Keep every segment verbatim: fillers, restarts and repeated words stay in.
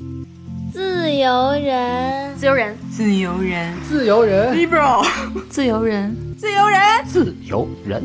自由人， 自由人， 自由人， 自由人 Libro， 自由人， 自由人， 自由人。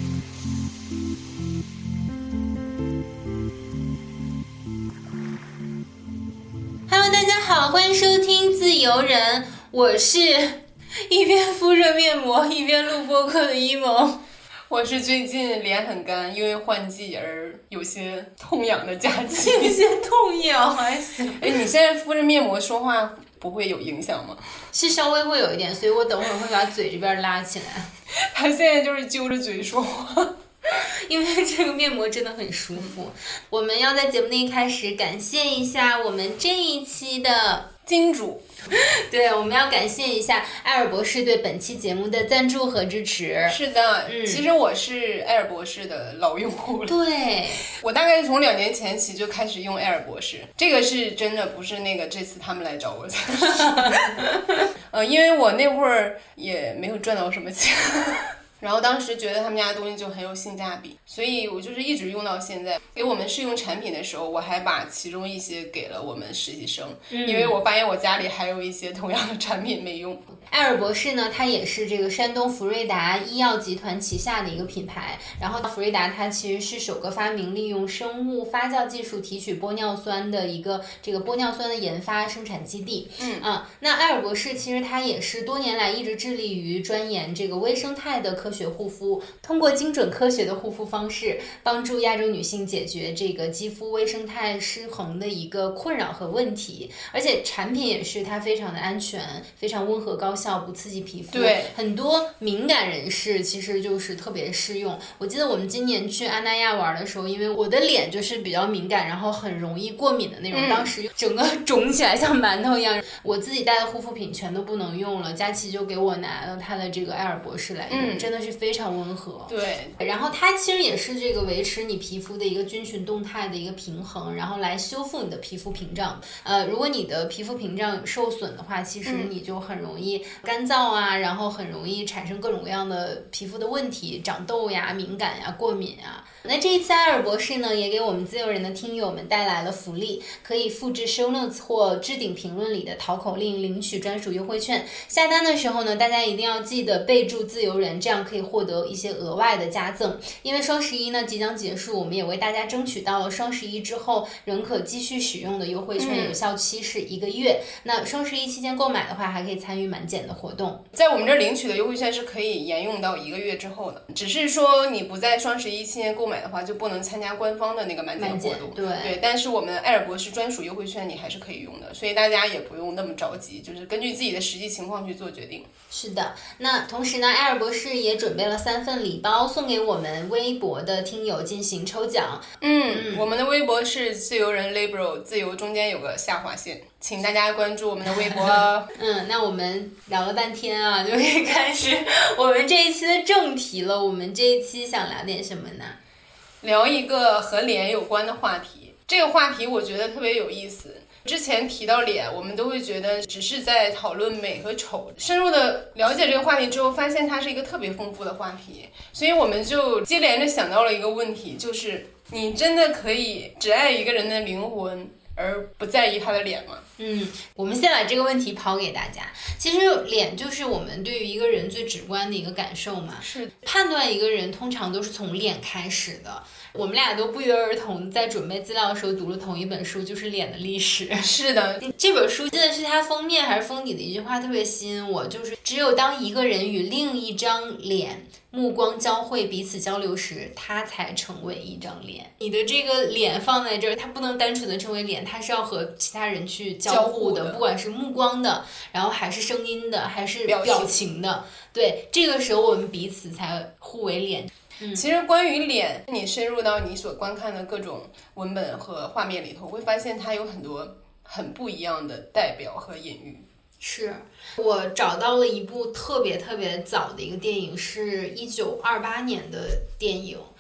Hello， 大家好，欢迎收听自由人，我是一边敷着面膜一边录播客的一萌。 我是最近脸很干，因为换季而有些痛痒的佳琪。 有些痛痒还行。 哎，你现在敷着面膜说话不会有影响吗？ 是稍微会有一点，所以我等会儿会把嘴这边拉起来。 他现在就是揪着嘴说话。 因为这个面膜真的很舒服。我们要在节目的一开始感谢一下我们这一期的金主， 对，我们要感谢一下艾尔博士对本期节目的赞助和支持。 是的， 嗯， 其实我是艾尔博士的老用户了。 对， 我大概从两年前起就开始用艾尔博士，这个是真的，不是那个这次他们来找我才是。呃，因为我那会儿也没有赚到什么钱。然后当时觉得他们家的东西就很有性价比，所以我就是一直用到现在。给我们试用产品的时候，我还把其中一些给了我们实习生，嗯，因为我发现我家里还有一些同样的产品没用。 艾尔博士呢，它也是这个山东福瑞达医药集团旗下的一个品牌。然后福瑞达它其实是首个发明利用生物发酵技术提取玻尿酸的一个这个玻尿酸的研发生产基地。 嗯啊，那艾尔博士其实它也是多年来一直致力于钻研这个微生态的科学护肤，通过精准科学的护肤方式，帮助亚洲女性解决这个肌肤微生态失衡的一个困扰和问题。而且产品也是它非常的安全，非常温和高效，不刺激皮肤。 对， 很多敏感人士其实就是特别适用。我记得我们今年去安那亚玩的时候，因为我的脸就是比较敏感，然后很容易过敏的那种，嗯，当时整个肿起来像馒头一样。我自己带的护肤品全都不能用了，佳琪就给我拿了她的这个艾尔博士来用，嗯，真的是非常温和。 对， 然后它其实也是这个维持你皮肤的一个均匀动态的一个平衡，然后来修复你的皮肤屏障。呃，如果你的皮肤屏障受损的话，其实你就很容易干燥啊，然后很容易产生各种各样的皮肤的问题，长痘呀、敏感呀、过敏啊。那这一次艾尔博士呢，也给我们自由人的听友们带来了福利，可以复制 show notes 或置顶评论里的淘口令，领取专属优惠券。下单的时候呢，大家一定要记得备注自由人，这样可以获得一些额外的加赠。因为双十一呢即将结束，我们也为大家争取到了双十一之后仍可继续使用的优惠券，有效期是一个月。嗯，那双十一期间购买的话，还可以参与满减的活动。 在我们这儿领取的优惠券是可以沿用到一个月之后的，只是说你不在双十一期间购买的话，就不能参加官方的那个满减活动。 对对，但是我们艾尔博士专属优惠券你还是可以用的，所以大家也不用那么着急，就是根据自己的实际情况去做决定。 是的，那同时呢，艾尔博士也准备了三份礼包送给我们微博的听友进行抽奖。 嗯，嗯我们的微博是自由人 Libro， 自由中间有个下划线，请大家关注我们的微博哦。 嗯，那我们聊了半天啊，就可以开始我们这一期的正题了。我们这一期想聊点什么呢？ 聊一个和脸有关的话题。这个话题我觉得特别有意思。之前提到脸，我们都会觉得只是在讨论美和丑。深入的了解这个话题之后，发现它是一个特别丰富的话题，所以我们就接连着想到了一个问题，就是你真的可以只爱一个人的灵魂而不在意他的脸吗？ 嗯，我们先把这个问题抛给大家。其实脸就是我们对于一个人最直观的一个感受嘛。 是，判断一个人通常都是从脸开始的。我们俩都不约而同在准备资料的时候读了同一本书，就是脸的历史。 是的， 这本书记得是它封面还是封底的一句话特别吸引我，就是只有当一个人与另一张脸目光交汇，彼此交流时，它才成为一张脸。你的这个脸放在这儿，它不能单纯的成为脸，它是要和其他人去交互的， 互的不管是目光的，然后还是声音的，还是表情表情的。对，这个时候我们彼此才互为脸。 嗯、其实关于脸，你深入到你所观看的各种文本和画面里头，会发现它有很多很不一样的代表和隐喻。 是我找到了一部特别特别早的一个电影，是一九二八年的电影，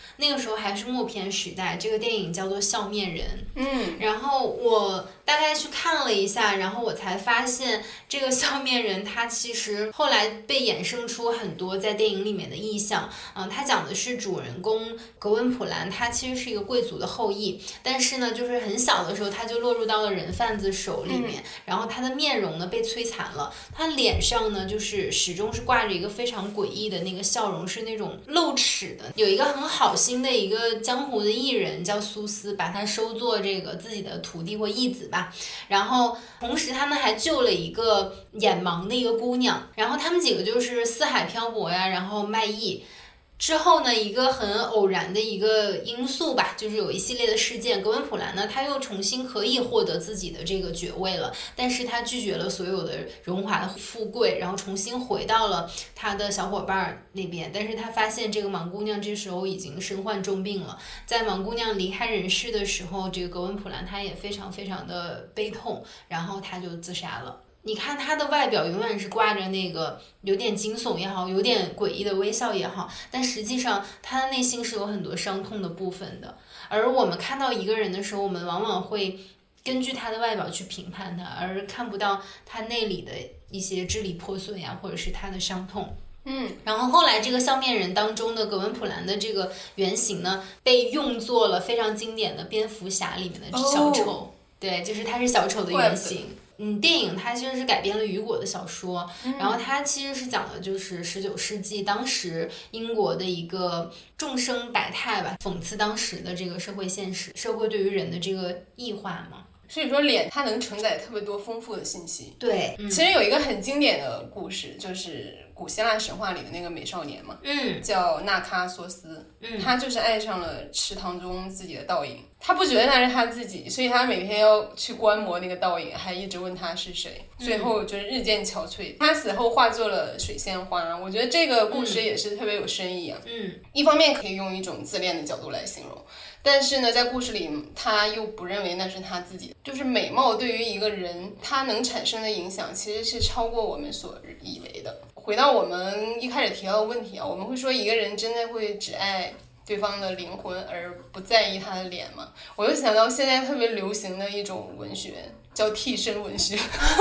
那个时候还是默片时代，这个电影叫做《笑面人》。 嗯， 然后我大概去看了一下，然后我才发现这个笑面人他其实后来被衍生出很多在电影里面的意象。嗯，他讲的是主人公格温普兰，他其实是一个贵族的后裔，但是呢，就是很小的时候他就落入到了人贩子手里面，嗯、然后他的面容呢被摧残了，他脸上呢就是始终是挂着一个非常诡异的那个笑容，是那种露齿的。有一个很好心的一个江湖的艺人叫苏斯，把他收作这个自己的徒弟或义子吧。然后同时他们还救了一个眼盲的一个姑娘，然后他们几个就是四海漂泊呀，然后卖艺。之后呢，一个很偶然的一个因素吧，就是有一系列的事件，格温普兰呢，他又重新可以获得自己的这个爵位了，但是他拒绝了所有的荣华的富贵，然后重新回到了他的小伙伴那边，但是他发现这个盲姑娘这时候已经身患重病了，在盲姑娘离开人世的时候，这个格温普兰他也非常非常的悲痛，然后他就自杀了。你看他的外表永远是挂着那个有点惊悚也好，有点诡异的微笑也好，但实际上他的内心是有很多伤痛的部分的。而我们看到一个人的时候，我们往往会根据他的外表去评判他，而看不到他内里的一些支离破碎啊，或者是他的伤痛。 嗯， 然后后来这个笑面人当中的格温普兰的这个原型呢，被用作了非常经典的蝙蝠侠里面的小丑，哦、对，就是他是小丑的原型。嗯，电影它其实是改编了雨果的小说，嗯、然后它其实是讲的就是十九世纪当时英国的一个众生百态吧，讽刺当时的这个社会现实，社会对于人的这个异化嘛。 所以说脸它能承载特别多丰富的信息。 对，嗯、 其实有一个很经典的故事，就是古希腊神话里的那个美少年嘛， 嗯， 叫纳喀索斯， 嗯， 他就是爱上了池塘中自己的倒影，他不觉得那是他自己，所以他每天要去观摩那个倒影，还一直问他是谁，最后就是日渐憔悴。他死后化作了水仙花，我觉得这个故事也是特别有深意啊。 嗯， 一方面可以用一种自恋的角度来形容，但是呢，在故事里他又不认为那是他自己的，就是美貌对于一个人他能产生的影响其实是超过我们所以为的。回到我们一开始提到的问题啊，我们会说一个人真的会只爱对方的灵魂而不在意他的脸吗？我就想到现在特别流行的一种文学叫替身文学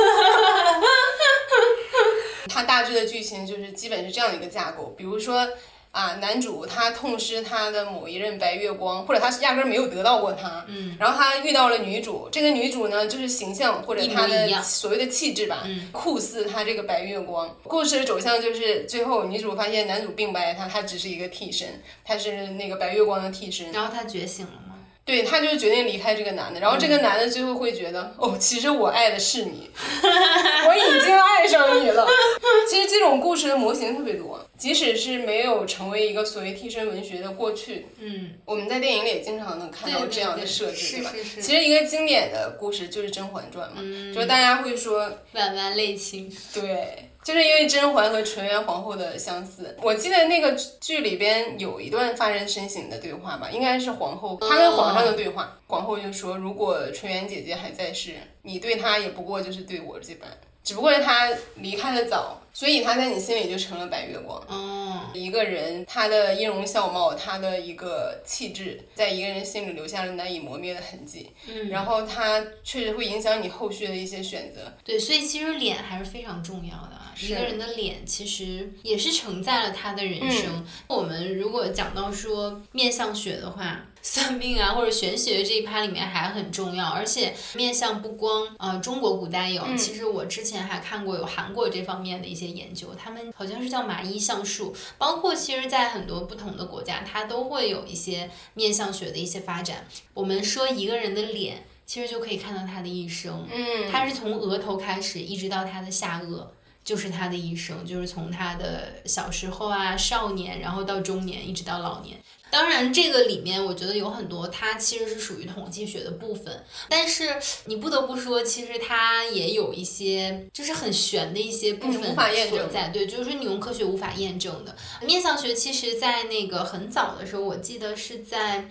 它大致的剧情就是基本是这样的一个架构，比如说啊，男主他痛失他的某一任白月光，或者他压根没有得到过他， 嗯， 然后他遇到了女主，这个女主呢就是形象或者她的所谓的气质吧， 嗯， 酷似他这个白月光。故事的走向就是最后女主发现男主并不爱她，他只是一个替身，他是那个白月光的替身， 然后他觉醒了吗？ 对，他就决定离开这个男的，然后这个男的最后会觉得，嗯、哦，其实我爱的是你，我已经爱上你了。其实这种故事的模型特别多，即使是没有成为一个所谓替身文学的过去， 嗯， 我们在电影里也经常能看到这样的设置， 对吧？ 是是是。 其实一个经典的故事就是《甄嬛传》嘛， 嗯、 就是大家会说婉婉泪倾， 对。就是因为甄嬛和纯元皇后的相似，我记得那个剧里边有一段发人深省的对话吧，应该是皇后她跟皇上的对话，皇后就说如果纯元姐姐还在世，你对她也不过就是对我这般，只不过是她离开的早，所以她在你心里就成了白月光。 哦， 一个人他的音容笑貌，他的一个气质，在一个人心里留下了难以磨灭的痕迹。 嗯， 然后他确实会影响你后续的一些选择。 对，所以其实脸还是非常重要的啊。一个人的脸其实也是承载了他的人生。嗯、我们如果讲到说面相学的话，算命啊或者玄学这一趴里面还很重要，而且面相不光呃中国古代有， 嗯、 其实我之前还看过有韩国这方面的一些研究，他们好像是叫麻衣相术，包括其实在很多不同的国家它都会有一些面相学的一些发展。我们说一个人的脸其实就可以看到他的一生， 嗯， 他是从额头开始一直到他的下颚，就是他的一生，就是从他的小时候啊少年，然后到中年一直到老年。当然这个里面我觉得有很多它其实是属于统计学的部分，但是你不得不说其实它也有一些就是很玄的一些部分所在，对，就是你用科学无法验证的。面相学其实在那个很早的时候，我记得是在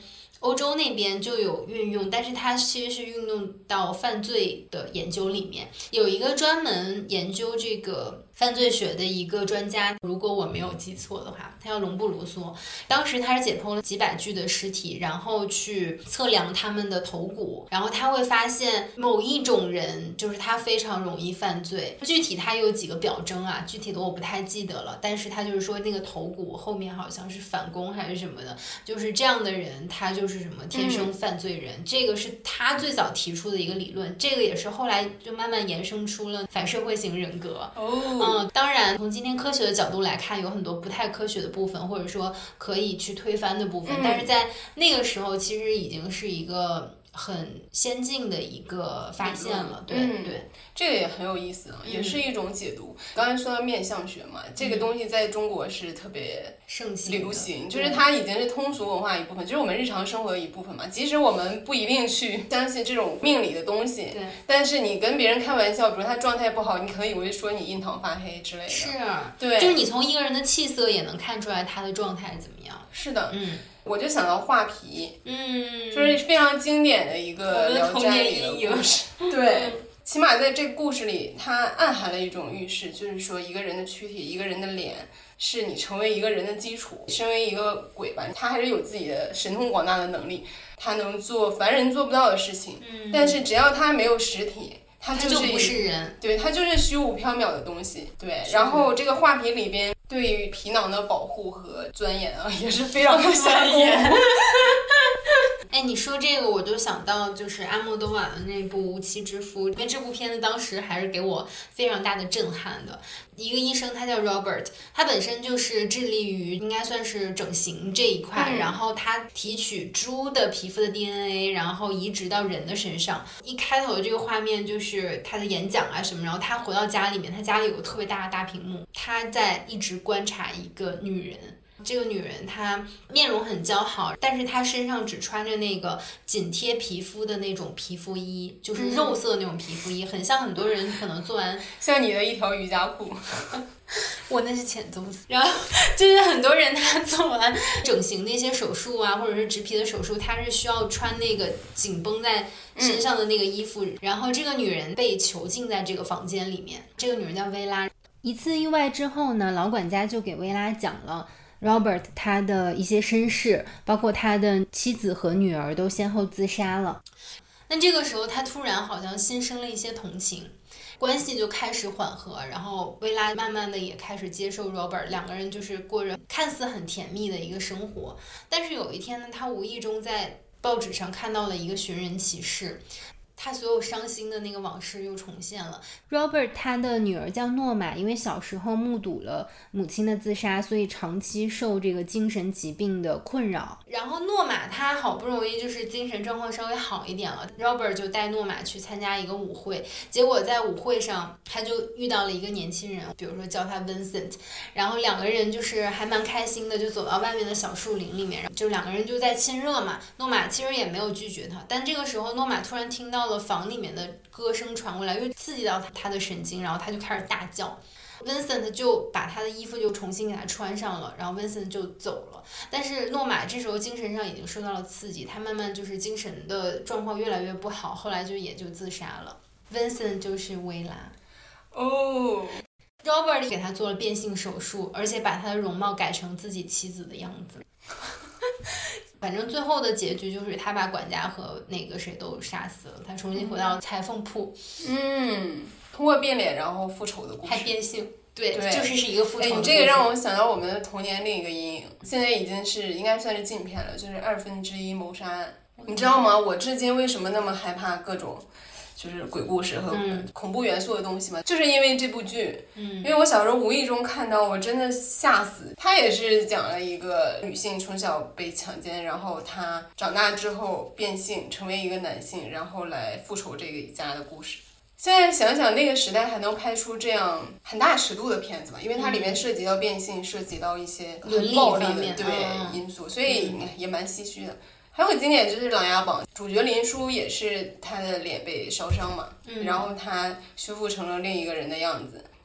欧洲那边就有运用，但是它其实是运用到犯罪的研究里面。有一个专门研究这个犯罪学的一个专家，如果我没有记错的话，他叫隆布卢梭。当时他是解剖了几百具的尸体，然后去测量他们的头骨，然后他会发现某一种人就是他非常容易犯罪。具体他有几个表征啊，具体的我不太记得了，但是他就是说那个头骨后面好像是反弓还是什么的，就是这样的人他就是什么天生犯罪人、嗯、这个是他最早提出的一个理论，这个也是后来就慢慢延伸出了反社会型人格。 哦， 嗯，当然从今天科学的角度来看，有很多不太科学的部分，或者说可以去推翻的部分、嗯、但是在那个时候其实已经是一个很先进的一个发现了。对、嗯、对， 这个也很有意思啊，也是一种解读、嗯、刚才说到面相学嘛，这个东西在中国是特别盛行流行，就是它已经是通俗文化一部分，就是我们日常生活的一部分嘛。即使我们不一定去相信这种命理的东西， 对， 但是你跟别人开玩笑，比如他状态不好，你可能以为说你印堂发黑之类的。 是， 对， 就是你从一个人的气色也能看出来他的状态怎么样。 是的， 嗯。 我就想到画皮， 嗯， 就是非常经典的一个聊斋里的故事。对，起码在这个故事里，它暗含了一种预示，就是说一个人的躯体，一个人的脸，是你成为一个人的基础。身为一个鬼吧，他还是有自己的神通广大的能力，他能做凡人做不到的事情。嗯，但是只要他没有实体，他就是他就不是人， 对，他就是虚无缥缈的东西。对，然后这个画皮里边对于皮囊的保护和钻研啊，也是非常的下功夫。 哎，你说这个我就想到就是阿莫多瓦的那部《无妻之夫》，因为这部片子当时还是给我非常大的震撼的。一个医生他叫 Robert， 他本身就是致力于应该算是整形这一块、嗯、然后他提取猪的皮肤的 D N A， 然后移植到人的身上。一开头的这个画面就是他的演讲啊什么，然后他回到家里面，他家里有个特别大的大屏幕，他在一直观察一个女人。这个女人她面容很姣好，但是她身上只穿着那个紧贴皮肤的那种皮肤衣，就是肉色那种皮肤衣、嗯、很像很多人可能做完像你的一条瑜伽裤我那是浅棕色。然后就是很多人他做完整形的一些手术啊，或者是植皮的手术，他是需要穿那个紧绷在身上的那个衣服、嗯、然后这个女人被囚禁在这个房间里面。这个女人叫薇拉。一次意外之后呢，老管家就给薇拉讲了Robert 他的一些身世，包括他的妻子和女儿都先后自杀了。那这个时候他突然好像心生了一些同情，关系就开始缓和，然后薇拉慢慢的也开始接受 Robert， 两个人就是过着看似很甜蜜的一个生活。但是有一天呢，他无意中在报纸上看到了一个寻人启事，他所有伤心的那个往事又重现了。 Robert 他的女儿叫诺玛，因为小时候目睹了母亲的自杀，所以长期受这个精神疾病的困扰。然后诺玛她好不容易就是精神状况稍微好一点了， Robert 就带诺玛去参加一个舞会，结果在舞会上他就遇到了一个年轻人，比如说叫他 Vincent， 然后两个人就是还蛮开心的，就走到外面的小树林里面，就两个人就在亲热嘛。诺玛其实也没有拒绝他，但这个时候诺玛突然听到了房里面的歌声传过来，又刺激到他的神经，然后他就开始大叫。Vincent 就把他的衣服就重新给他穿上了，然后 Vincent 就走了。但是诺玛这时候精神上已经受到了刺激，他慢慢就是精神的状况越来越不好，后来就也就自杀了。Vincent 就是薇拉。 哦、oh. Robert 给他做了变性手术，而且把他的容貌改成自己妻子的样子。反正最后的结局就是他把管家和那个谁都杀死了，他重新回到裁缝铺。 嗯，通过变脸然后复仇的故事， 还变性。对，对，就是是一个复仇的故事。 哎，你这个让我想到我们的童年另一个阴影，现在已经是应该算是禁片了，就是二分之一谋杀案。你知道吗？我至今为什么那么害怕各种就是鬼故事和恐怖元素的东西嘛、嗯、就是因为这部剧、嗯、因为我小时候无意中看到，我真的吓死。它也是讲了一个女性从小被强奸，然后她长大之后变性成为一个男性，然后来复仇这个一家的故事。现在想想那个时代还能拍出这样很大尺度的片子嘛，因为它里面涉及到变性、嗯、涉及到一些很暴力的对、嗯、因素，所以也蛮唏嘘的。还有个经典就是《琅琊榜》，主角林殊也是他的脸被烧伤嘛、嗯、然后他修复成了另一个人的样子，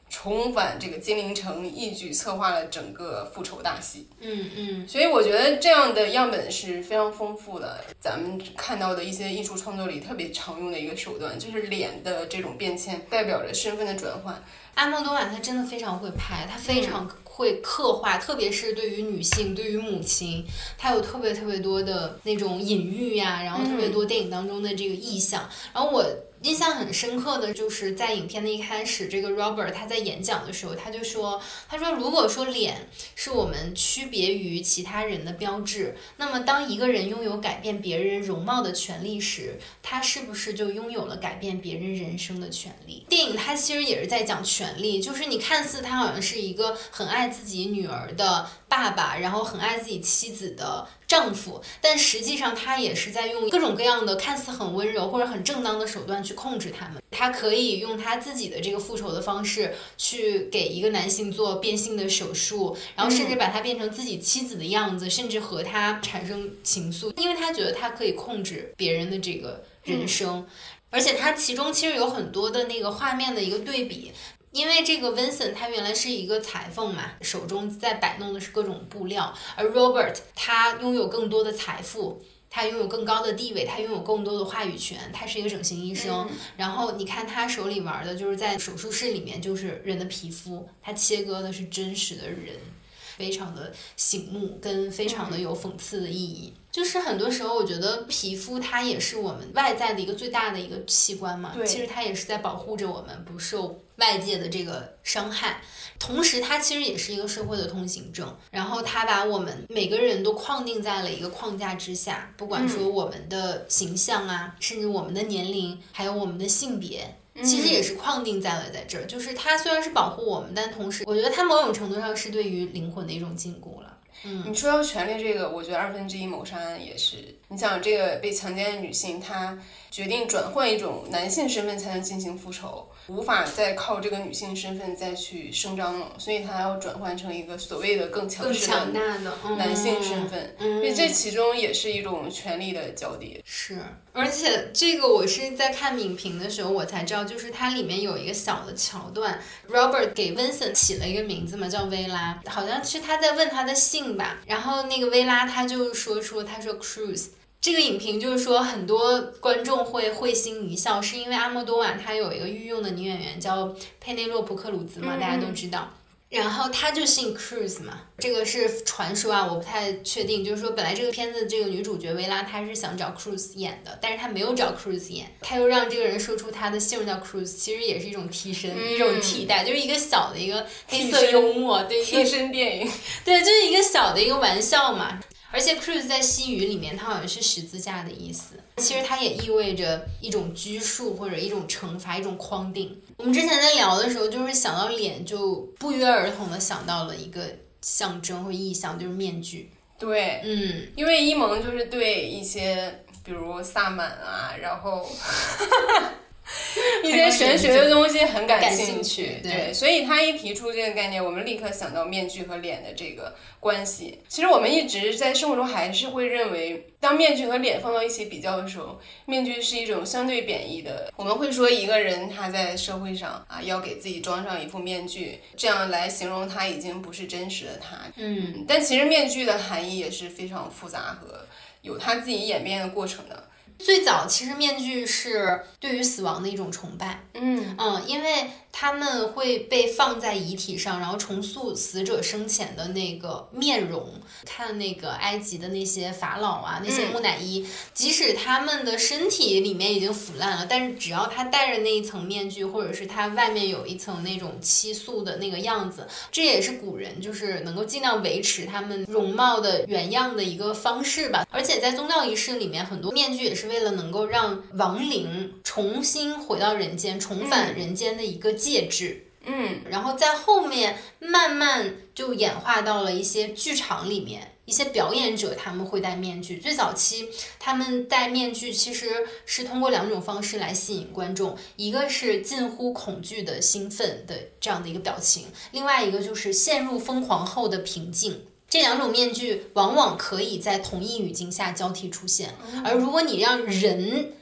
重返这个金陵城，一举策划了整个复仇大戏。 嗯嗯， 所以我觉得这样的样本是非常丰富的。咱们看到的一些艺术创作里特别常用的一个手段，就是脸的这种变迁，代表着身份的转换。 阿莫多瓦他真的非常会拍，他非常会刻画，嗯、特别是对于女性，对于母亲，他有特别特别多的那种隐喻呀，然后特别多电影当中的这个意象。嗯、然后我印象很深刻的就是在影片的一开始，这个 Robert 他在演讲的时候，他就说，他说如果说脸是我们区别于其他人的标志，那么当一个人拥有改变别人容貌的权利时，他是不是就拥有了改变别人人生的权利？电影它其实也是在讲权利，就是你看似他好像是一个很爱自己女儿的爸爸，然后很爱自己妻子的丈夫，但实际上他也是在用各种各样的看似很温柔或者很正当的手段去控制他们。他可以用他自己的这个复仇的方式去给一个男性做变性的手术，然后甚至把他变成自己妻子的样子，嗯、甚至和他产生情愫，因为他觉得他可以控制别人的这个人生。嗯、而且他其中其实有很多的那个画面的一个对比。因为这个 Vincent 他原来是一个裁缝嘛，手中在摆弄的是各种布料，而 Robert 他拥有更多的财富，他拥有更高的地位，他拥有更多的话语权，他是一个整形医生。嗯、然后你看他手里玩的就是在手术室里面就是人的皮肤，他切割的是真实的人，非常的醒目跟非常的有讽刺的意义。嗯、就是很多时候我觉得皮肤它也是我们外在的一个最大的一个器官嘛，其实它也是在保护着我们不受外界的这个伤害，同时它其实也是一个社会的通行证，然后它把我们每个人都框定在了一个框架之下，不管说我们的形象啊，嗯、甚至我们的年龄还有我们的性别，其实也是框定在了在这儿。就是它虽然是保护我们，但同时我觉得它某种程度上是对于灵魂的一种禁锢了。嗯， 你说到权利这个，我觉得二分之一谋杀案也是。你想，这个被强奸的女性，她决定转换一种男性身份才能进行复仇，无法再靠这个女性身份再去声张了，所以她要转换成一个所谓的更强势的男性身份。 嗯， 所以这其中也是一种权力的交叠。 是，而且这个我是在看影评的时候我才知道，就是它里面有一个小的桥段 ，Robert 给 Vincent 起了一个名字嘛，叫薇拉，好像是他在问他的姓吧，然后那个薇拉他就说出他说 Cruz。这个影评就是说很多观众会会心一笑，是因为阿莫多瓦他有一个御用的女演员叫佩内洛普克鲁兹嘛，嗯、大家都知道，然后他就姓 Cruz 嘛，这个是传说啊，我不太确定，就是说本来这个片子这个女主角薇拉她是想找 Cruz 演的，但是她没有找 Cruz 演，她又让这个人说出她的姓叫 Cruz， 其实也是一种替身，嗯、一种替代，就是一个小的一个黑色幽默，对， 替身电影， 对，就是一个小的一个玩笑嘛。而且 Cruz 在西语里面它好像是十字架的意思，其实它也意味着一种拘束或者一种惩罚，一种框定。我们之前在聊的时候就是想到脸就不约而同的想到了一个象征或意象，就是面具。 对， 嗯， 因为伊蒙就是对一些比如萨满啊，然后一些玄学的东西很感兴趣， 对， 对，所以他一提出这个概念，我们立刻想到面具和脸的这个关系。其实我们一直在生活中还是会认为，当面具和脸放到一起比较的时候，面具是一种相对贬义的。我们会说一个人他在社会上啊，要给自己装上一副面具，这样来形容他已经不是真实的他。 嗯， 但其实面具的含义也是非常复杂和有他自己演变的过程的。 最早其实面具是对于死亡的一种崇拜， 嗯嗯，因为他们会被放在遗体上，然后重塑死者生前的那个面容。看那个埃及的那些法老啊，那些木乃伊，嗯、即使他们的身体里面已经腐烂了，但是只要他戴着那一层面具，或者是他外面有一层那种漆塑的那个样子，这也是古人就是能够尽量维持他们容貌的原样的一个方式吧。而且在宗教仪式里面，很多面具也是为了能够让亡灵重新回到人间，重返人间的一个介质。 嗯， 然后在后面慢慢就演化到了一些剧场里面，一些表演者他们会戴面具。最早期他们戴面具其实是通过两种方式来吸引观众，一个是近乎恐惧的兴奋的这样的一个表情，另外一个就是陷入疯狂后的平静。这两种面具往往可以在同一语境下交替出现，而如果你让人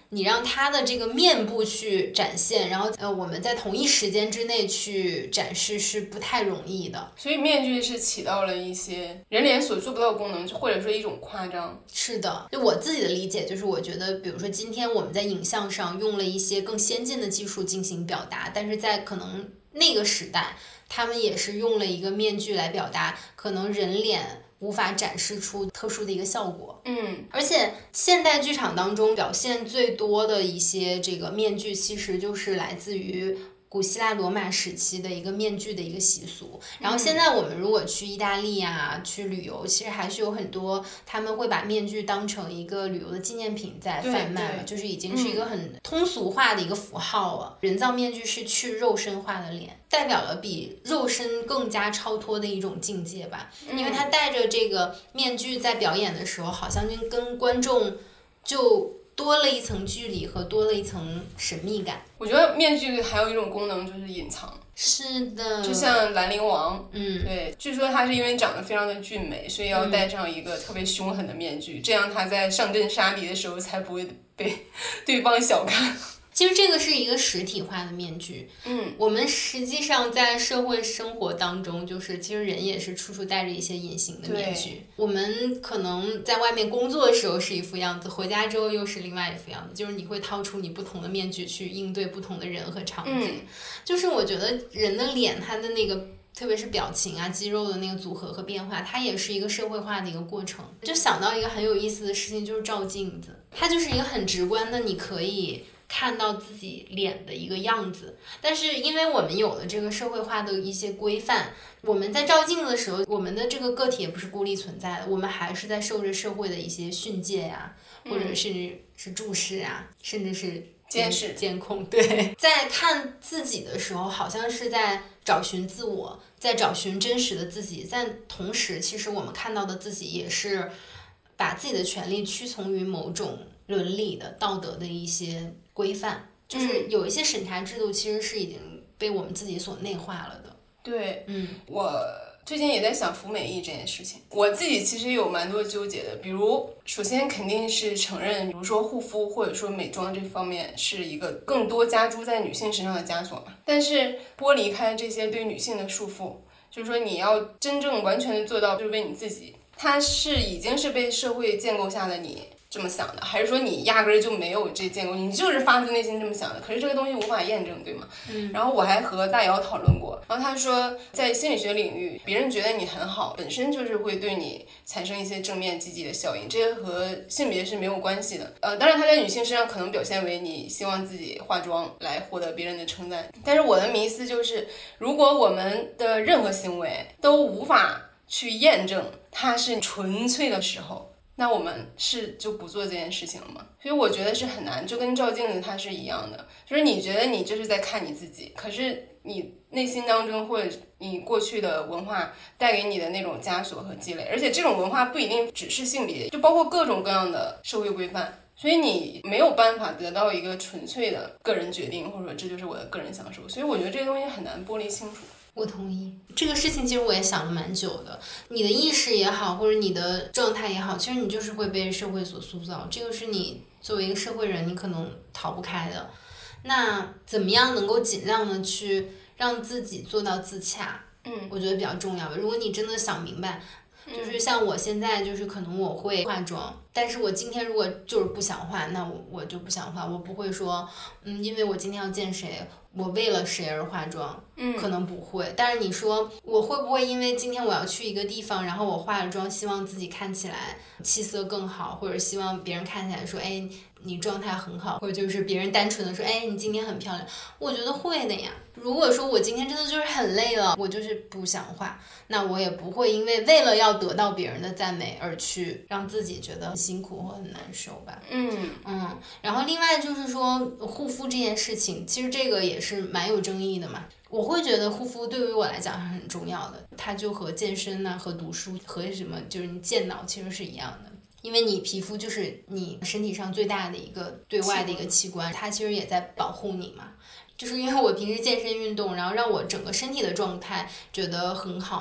你让他的这个面部去展现，然后呃我们在同一时间之内去展示是不太容易的。 所以面具是起到了一些人脸所做不到的功能，或者说一种夸张。 是的，就我自己的理解就是我觉得比如说今天我们在影像上用了一些更先进的技术进行表达，但是在可能那个时代他们也是用了一个面具来表达可能人脸无法展示出特殊的一个效果。 嗯， 而且现代剧场当中表现最多的一些这个面具其实就是来自于古希腊罗马时期的一个面具的一个习俗。然后现在我们如果去意大利啊去旅游，其实还是有很多他们会把面具当成一个旅游的纪念品在贩卖了，就是已经是一个很通俗化的一个符号了。人造面具是去肉身化的脸，代表了比肉身更加超脱的一种境界吧。因为他戴着这个面具在表演的时候，好像就跟观众就多了一层距离和多了一层神秘感。 我觉得面具还有一种功能就是隐藏。 是的， 就像兰陵王， 嗯， 对，据说他是因为长得非常的俊美，所以要戴上一个特别凶狠的面具，嗯、这样他在上阵杀敌的时候才不会被对方小看。 其实这个是一个实体化的面具， 嗯， 我们实际上在社会生活当中，就是其实人也是处处戴着一些隐形的面具。我们可能在外面工作的时候是一副样子，回家之后又是另外一副样子，就是你会掏出你不同的面具去应对不同的人和场景。嗯、就是我觉得人的脸，它的那个特别是表情啊、肌肉的那个组合和变化，它也是一个社会化的一个过程。就想到一个很有意思的事情，就是照镜子，它就是一个很直观的，你可以看到自己脸的一个样子。但是因为我们有了这个社会化的一些规范，我们在照镜子的时候，我们的这个个体也不是孤立存在的，我们还是在受着社会的一些训诫呀、啊，或者是是注视啊，甚至是监视监控。对，在看自己的时候，好像是在找寻自我，在找寻真实的自己，但同时其实我们看到的自己也是把自己的权利屈从于某种伦理的道德的一些规范，就是有一些审查制度其实是已经被我们自己所内化了的。 对， 嗯， 我最近也在想服美役这件事情，我自己其实有蛮多纠结的。比如首先肯定是承认，比如说护肤或者说美妆这方面是一个更多加诸在女性身上的枷锁嘛，但是剥离开这些对女性的束缚，就是说你要真正完全的做到就是为你自己，它是已经是被社会建构下的你这么想的，还是说你压根儿就没有这建构，你就是发自内心这么想的？可是这个东西无法验证，对吗？ 嗯。 然后我还和大姚讨论过，然后他说，在心理学领域，别人觉得你很好，本身就是会对你产生一些正面积极的效应，这个和性别是没有关系的。呃，当然，他在女性身上可能表现为你希望自己化妆来获得别人的称赞，但是我的迷思就是，如果我们的任何行为都无法去验证它是纯粹的时候，那我们是就不做这件事情了吗？所以我觉得是很难，就跟照镜子它是一样的，就是你觉得你就是在看你自己，可是你内心当中或者你过去的文化带给你的那种枷锁和积累，而且这种文化不一定只是性别，就包括各种各样的社会规范，所以你没有办法得到一个纯粹的个人决定，或者说这就是我的个人享受，所以我觉得这个东西很难剥离清楚。 我同意，这个事情其实我也想了蛮久的。你的意识也好，或者你的状态也好，其实你就是会被社会所塑造，这个是你作为一个社会人你可能逃不开的。那怎么样能够尽量的去让自己做到自洽， 嗯， 我觉得比较重要的。如果你真的想明白，就是像我现在就是可能我会化妆，但是我今天如果就是不想化，那我我就不想化，我不会说嗯，因为我今天要见谁，我为了谁而化妆， 嗯， 可能不会。但是你说我会不会因为今天我要去一个地方，然后我化了妆，希望自己看起来气色更好，或者希望别人看起来说，哎，你状态很好，或者就是别人单纯的说，哎，你今天很漂亮，我觉得会的呀。如果说我今天真的就是很累了，我就是不想化，那我也不会因为为了要得到别人的赞美而去让自己觉得很辛苦或很难受吧。 嗯嗯，然后另外就是说护肤这件事情，其实这个也是蛮有争议的嘛。我会觉得护肤对于我来讲是很重要的，它就和健身呐、啊、和读书和什么就是你健脑其实是一样的。因为你皮肤就是你身体上最大的一个对外的一个器官，它其实也在保护你嘛。就是因为我平时健身运动，然后让我整个身体的状态觉得很好，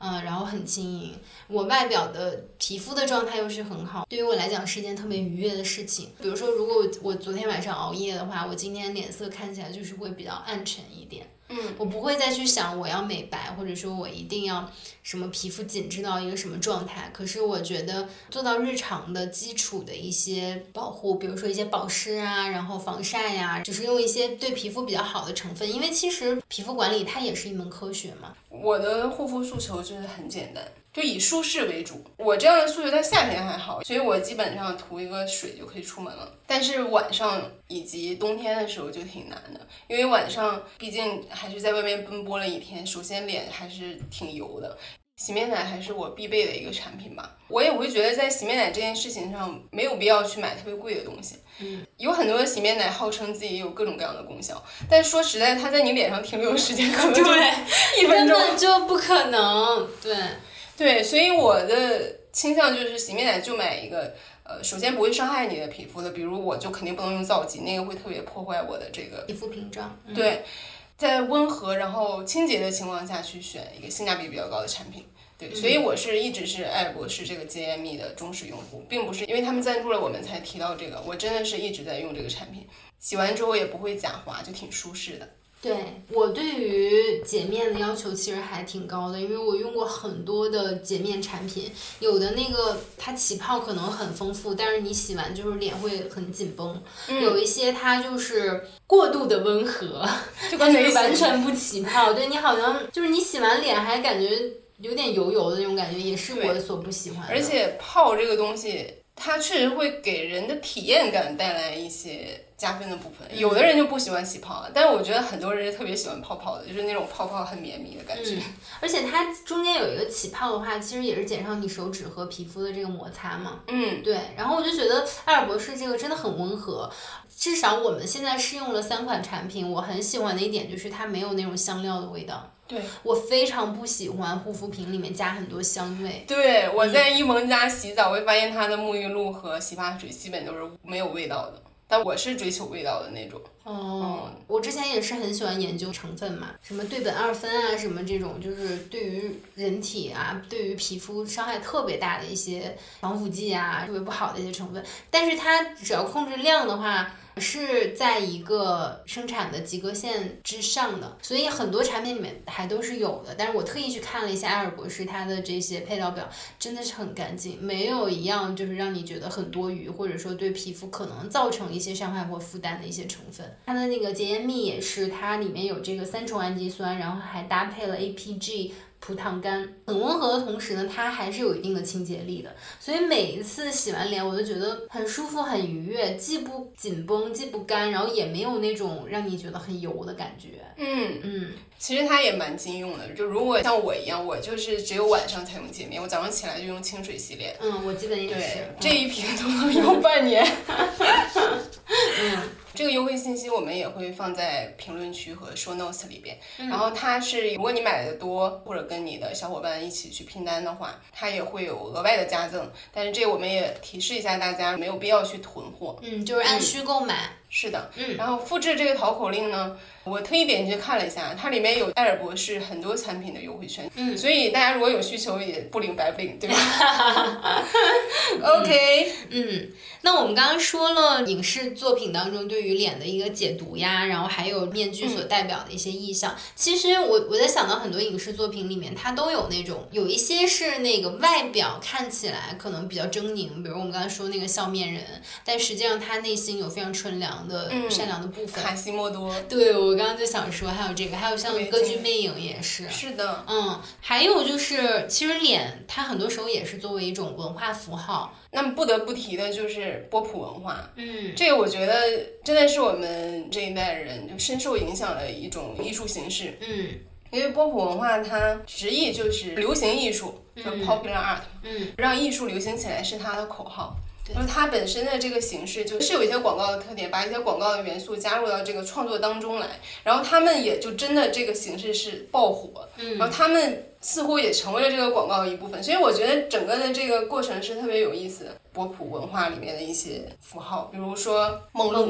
嗯，然后很轻盈。我外表的皮肤的状态又是很好，对于我来讲是一件特别愉悦的事情。比如说，如果我我昨天晚上熬夜的话，我今天脸色看起来就是会比较暗沉一点。 嗯， 我不会再去想我要美白，或者说我一定要什么皮肤紧致到一个什么状态。可是我觉得做到日常的基础的一些保护，比如说一些保湿啊，然后防晒呀、啊，就是用一些对皮肤比较好的成分。因为其实皮肤管理它也是一门科学嘛。 我的护肤诉求就是很简单，就以舒适为主。我这样的诉求在夏天还好，所以我基本上涂一个水就可以出门了。但是晚上以及冬天的时候就挺难的，因为晚上毕竟还是在外面奔波了一天，首先脸还是挺油的。洗面奶还是我必备的一个产品吧。我也会觉得在洗面奶这件事情上没有必要去买特别贵的东西。 嗯， 有很多的洗面奶号称自己有各种各样的功效，但说实在，它在你脸上停留的时间可能就一分钟， 根本就不可能。对对，所以我的倾向就是洗面奶就买一个，呃，首先不会伤害你的皮肤的，比如我就肯定不能用皂基，那个会特别破坏我的这个皮肤屏障。 嗯、对。在温和然后清洁的情况下去选一个性价比比较高的产品，对，所以我是一直是爱尔博士这个洁颜蜜的忠实用户，并不是因为他们赞助了我们才提到这个，我真的是一直在用这个产品，洗完之后也不会假滑，就挺舒适的。 对，我对于洁面的要求其实还挺高的，因为我用过很多的洁面产品，有的那个它起泡可能很丰富，但是你洗完就是脸会很紧绷，嗯、有一些它就是过度的温和，就感觉完全不起泡，对，你好像就是你洗完脸还感觉有点油油的那种感觉，也是我所不喜欢的。 而且泡这个东西它确实会给人的体验感带来一些加分的部分，有的人就不喜欢洗泡，但是我觉得很多人是特别喜欢泡泡的，就是那种泡泡很绵密的感觉。 嗯、而且它中间有一个起泡的话，其实也是减少你手指和皮肤的这个摩擦嘛。 嗯， 对。然后我就觉得爱尔博士这个真的很温和，至少我们现在试用了三款产品，我很喜欢的一点就是它没有那种香料的味道。 对， 我非常不喜欢护肤品里面加很多香味。 对，我在伊蒙家洗澡，我会发现它的沐浴露和洗发水基本都是没有味道的，但我是追求味道的那种。 哦、嗯，我之前也是很喜欢研究成分嘛，什么对苯二酚啊，什么这种就是对于人体啊，对于皮肤伤害特别大的一些防腐剂啊，特别不好的一些成分，但是它只要控制量的话，是在一个生产的及格线之上的，所以很多产品里面还都是有的。但是我特意去看了一下爱尔博士它的这些配料表，真的是很干净，没有一样就是让你觉得很多余，或者说对皮肤可能造成一些伤害或负担的一些成分。它的那个洁颜蜜也是，它里面有这个三重氨基酸，然后还搭配了 A P G。葡萄干很温和的同时呢，它还是有一定的清洁力的，所以每一次洗完脸我都觉得很舒服很愉悦，既不紧绷既不干，然后也没有那种让你觉得很油的感觉。 嗯嗯， 其实它也蛮经用的，就如果像我一样，我就是只有晚上才用洁面，我早上起来就用清水洗脸。 嗯，我基本也是。 对，这一瓶都能用半年。 嗯。 这个优惠信息我们也会放在评论区和 show notes 里边，嗯、然后它是如果你买的多或者跟你的小伙伴一起去拼单的话，它也会有额外的加赠，但是这个我们也提示一下大家，没有必要去囤货， 嗯，就是按需购买。 嗯是的， 嗯， 然后复制这个淘口令呢，我特意点进去看了一下，它里面有爱尔博士很多产品的优惠券， 嗯， 所以大家如果有需求也不领白不领，对吧？OK， 嗯，那我们刚刚说了影视作品当中对于脸的一个解读呀，然后还有面具所代表的一些意象。嗯、其实我我在想到很多影视作品里面，它都有那种有一些是那个外表看起来可能比较狰狞，比如我们刚才说那个笑面人，但实际上他内心有非常纯良的、嗯、善良的部分。 卡西莫多， 对，我刚刚就想说还有这个，还有像歌剧魅影也是。 是的， 嗯，还有就是其实脸它很多时候也是作为一种文化符号。 那么不得不提的就是波普文化， 嗯， 这个我觉得真的是我们这一代人就深受影响的一种艺术形式， 嗯， 因为波普文化它直译就是流行艺术，叫 popular art， 嗯， 让艺术流行起来是它的口号。就是它本身的这个形式就是有一些广告的特点，把一些广告的元素加入到这个创作当中来，然后他们也就真的这个形式是爆火， 嗯， 然后他们似乎也成为了这个广告的一部分，所以我觉得整个的这个过程是特别有意思的。波普文化里面的一些符号，比如说梦露，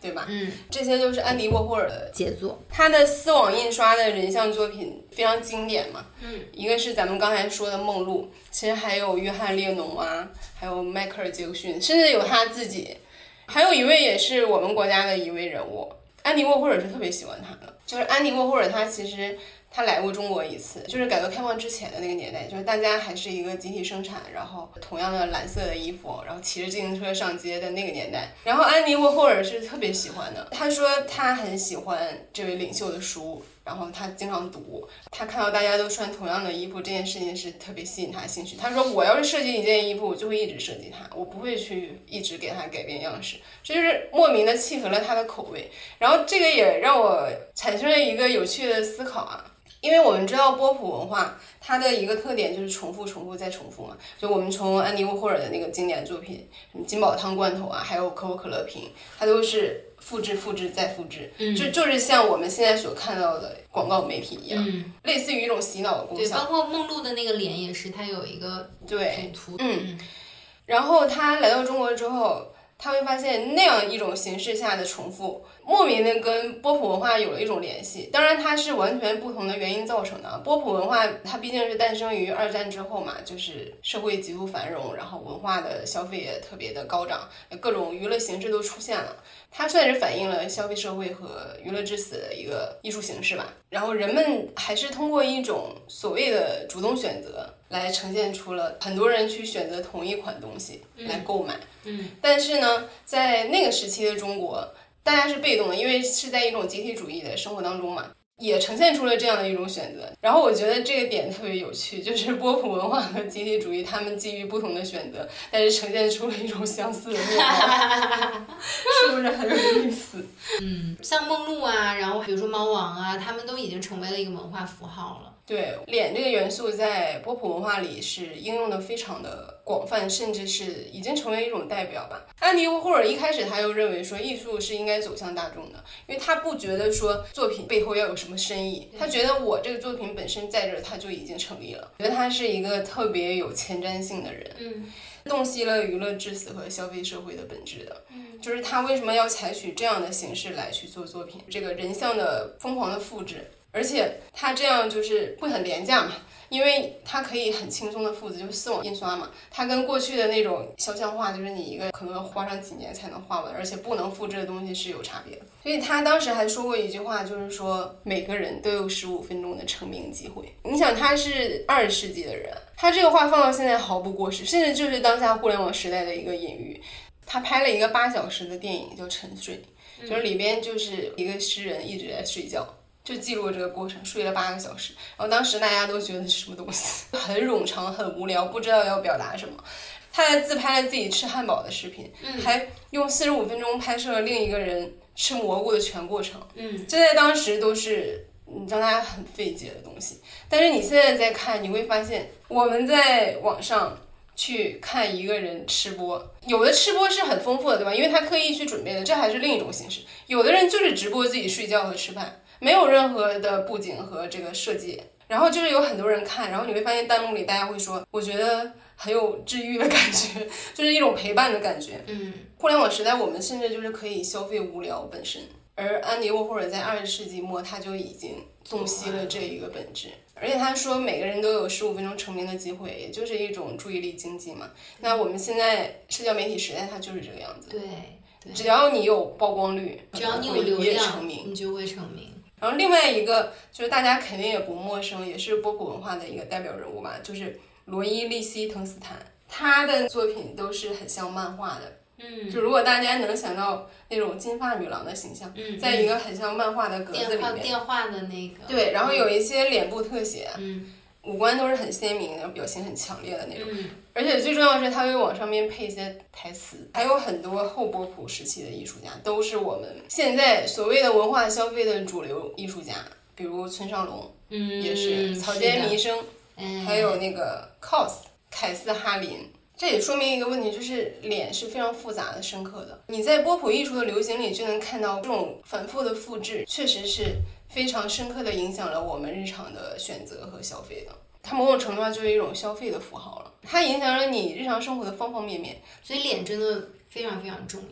对吧？ 嗯， 这些都是安迪沃霍尔的杰作。 他的丝网印刷的人像作品非常经典嘛。 嗯， 一个是咱们刚才说的梦露，其实还有约翰列侬啊，还有迈克尔杰克逊，甚至有他自己。还有一位也是我们国家的一位人物，安迪沃霍尔是特别喜欢他的。就是安迪沃霍尔他其实他来过中国一次，就是改革开放之前的那个年代，就是大家还是一个集体生产，然后同样的蓝色的衣服，然后骑着自行车上街的那个年代。然后安迪沃霍尔是特别喜欢的，他说他很喜欢这位领袖的书，然后他经常读，他看到大家都穿同样的衣服这件事情是特别吸引他兴趣。他说我要是设计一件衣服，我就会一直设计它，我不会去一直给它改变样式，这就是莫名的契合了他的口味。然后这个也让我产生了一个有趣的思考啊，因为我们知道波普文化它的一个特点就是重复重复再重复嘛，就我们从安迪沃霍尔的那个经典作品什么金宝汤罐头啊，还有可口可乐瓶，它都是复制复制再复制， 嗯， 就就是像我们现在所看到的广告媒体一样， 嗯， 类似于一种洗脑的功效。 对，包括梦露的那个脸也是，它有一个对图， 嗯，然后他来到中国之后，他会发现那样一种形式下的重复，莫名的跟波普文化有了一种联系。当然，它是完全不同的原因造成的。波普文化它毕竟是诞生于二战之后嘛，就是社会极度繁荣，然后文化的消费也特别的高涨，各种娱乐形式都出现了。它算是反映了消费社会和娱乐至死的一个艺术形式吧。然后人们还是通过一种所谓的主动选择来呈现出了很多人去选择同一款东西来购买。 嗯， 但是呢，在那个时期的中国，大家是被动的，因为是在一种集体主义的生活当中嘛，也呈现出了这样的一种选择。然后我觉得这个点特别有趣，就是波普文化和集体主义，他们基于不同的选择，但是呈现出了一种相似的面貌，是不是很有意思？ 嗯，像梦露啊，然后比如说猫王啊，他们都已经成为了一个文化符号了。 对，脸这个元素在波普文化里是应用的非常的广泛，甚至是已经成为一种代表吧。安迪沃霍尔一开始他又认为说艺术是应该走向大众的，因为他不觉得说作品背后要有什么深意，他觉得我这个作品本身在这儿他就已经成立了，觉得他是一个特别有前瞻性的人。 嗯， 洞悉了娱乐至死和消费社会的本质的，嗯，就是他为什么要采取这样的形式来去做作品，这个人像的疯狂的复制。而且它这样就是会很廉价嘛，因为它可以很轻松的复制，就是丝网印刷嘛。它跟过去的那种肖像画，就是你一个可能要花上几年才能画完，而且不能复制的东西是有差别的。所以他当时还说过一句话，就是说每个人都有十五分钟的成名机会。你想他是二十世纪的人，他这个话放到现在毫不过时，甚至就是当下互联网时代的一个隐喻。他拍了一个八小时的电影叫《沉睡》，就是里边就是一个诗人一直在睡觉。就记录这个过程，睡了八个小时，然后当时大家都觉得是什么东西，很冗长，很无聊，不知道要表达什么。他还自拍了自己吃汉堡的视频， 嗯、 还用四十五分钟拍摄了另一个人吃蘑菇的全过程。 嗯， 这在当时都是嗯让大家很费解的东西。但是你现在再看，你会发现我们在网上去看一个人吃播，有的吃播是很丰富的，对吧？因为他刻意去准备的，这还是另一种形式。有的人就是直播自己睡觉和吃饭。没有任何的布景和这个设计，然后就是有很多人看，然后你会发现弹幕里大家会说，我觉得很有治愈的感觉，就是一种陪伴的感觉。 嗯， 互联网时代，我们甚至就是可以消费无聊本身，而安迪沃霍尔在二十世纪末他就已经洞悉了这一个本质，而且他说每个人都有十五分钟成名的机会，也就是一种注意力经济嘛。那我们现在社交媒体时代，它就是这个样子。 对， 只要你有曝光率， 只要你有流量， 你你就会成名。 然后另外一个就是大家肯定也不陌生，也是波普文化的一个代表人物吧，就是罗伊·利希滕斯坦，他的作品都是很像漫画的。 嗯， 就如果大家能想到那种金发女郎的形象， 嗯， 在一个很像漫画的格子里面， 电话的那个， 对，然后有一些脸部特写， 嗯， 五官都是很鲜明的，表情很强烈的那种。 嗯， 而且最重要的是，他会往上面配一些台词，还有很多后波普时期的艺术家，都是我们现在所谓的文化消费的主流艺术家。比如村上隆， 嗯， 也是草间弥生， 嗯， 还有那个 cos 凯斯哈林。这也说明一个问题，就是脸是非常复杂的、深刻的。你在波普艺术的流行里就能看到这种反复的复制，确实是非常深刻的影响了我们日常的选择和消费的。它某种程度上就是一种消费的符号了，它影响了你日常生活的方方面面。 所以脸真的非常非常重要啊。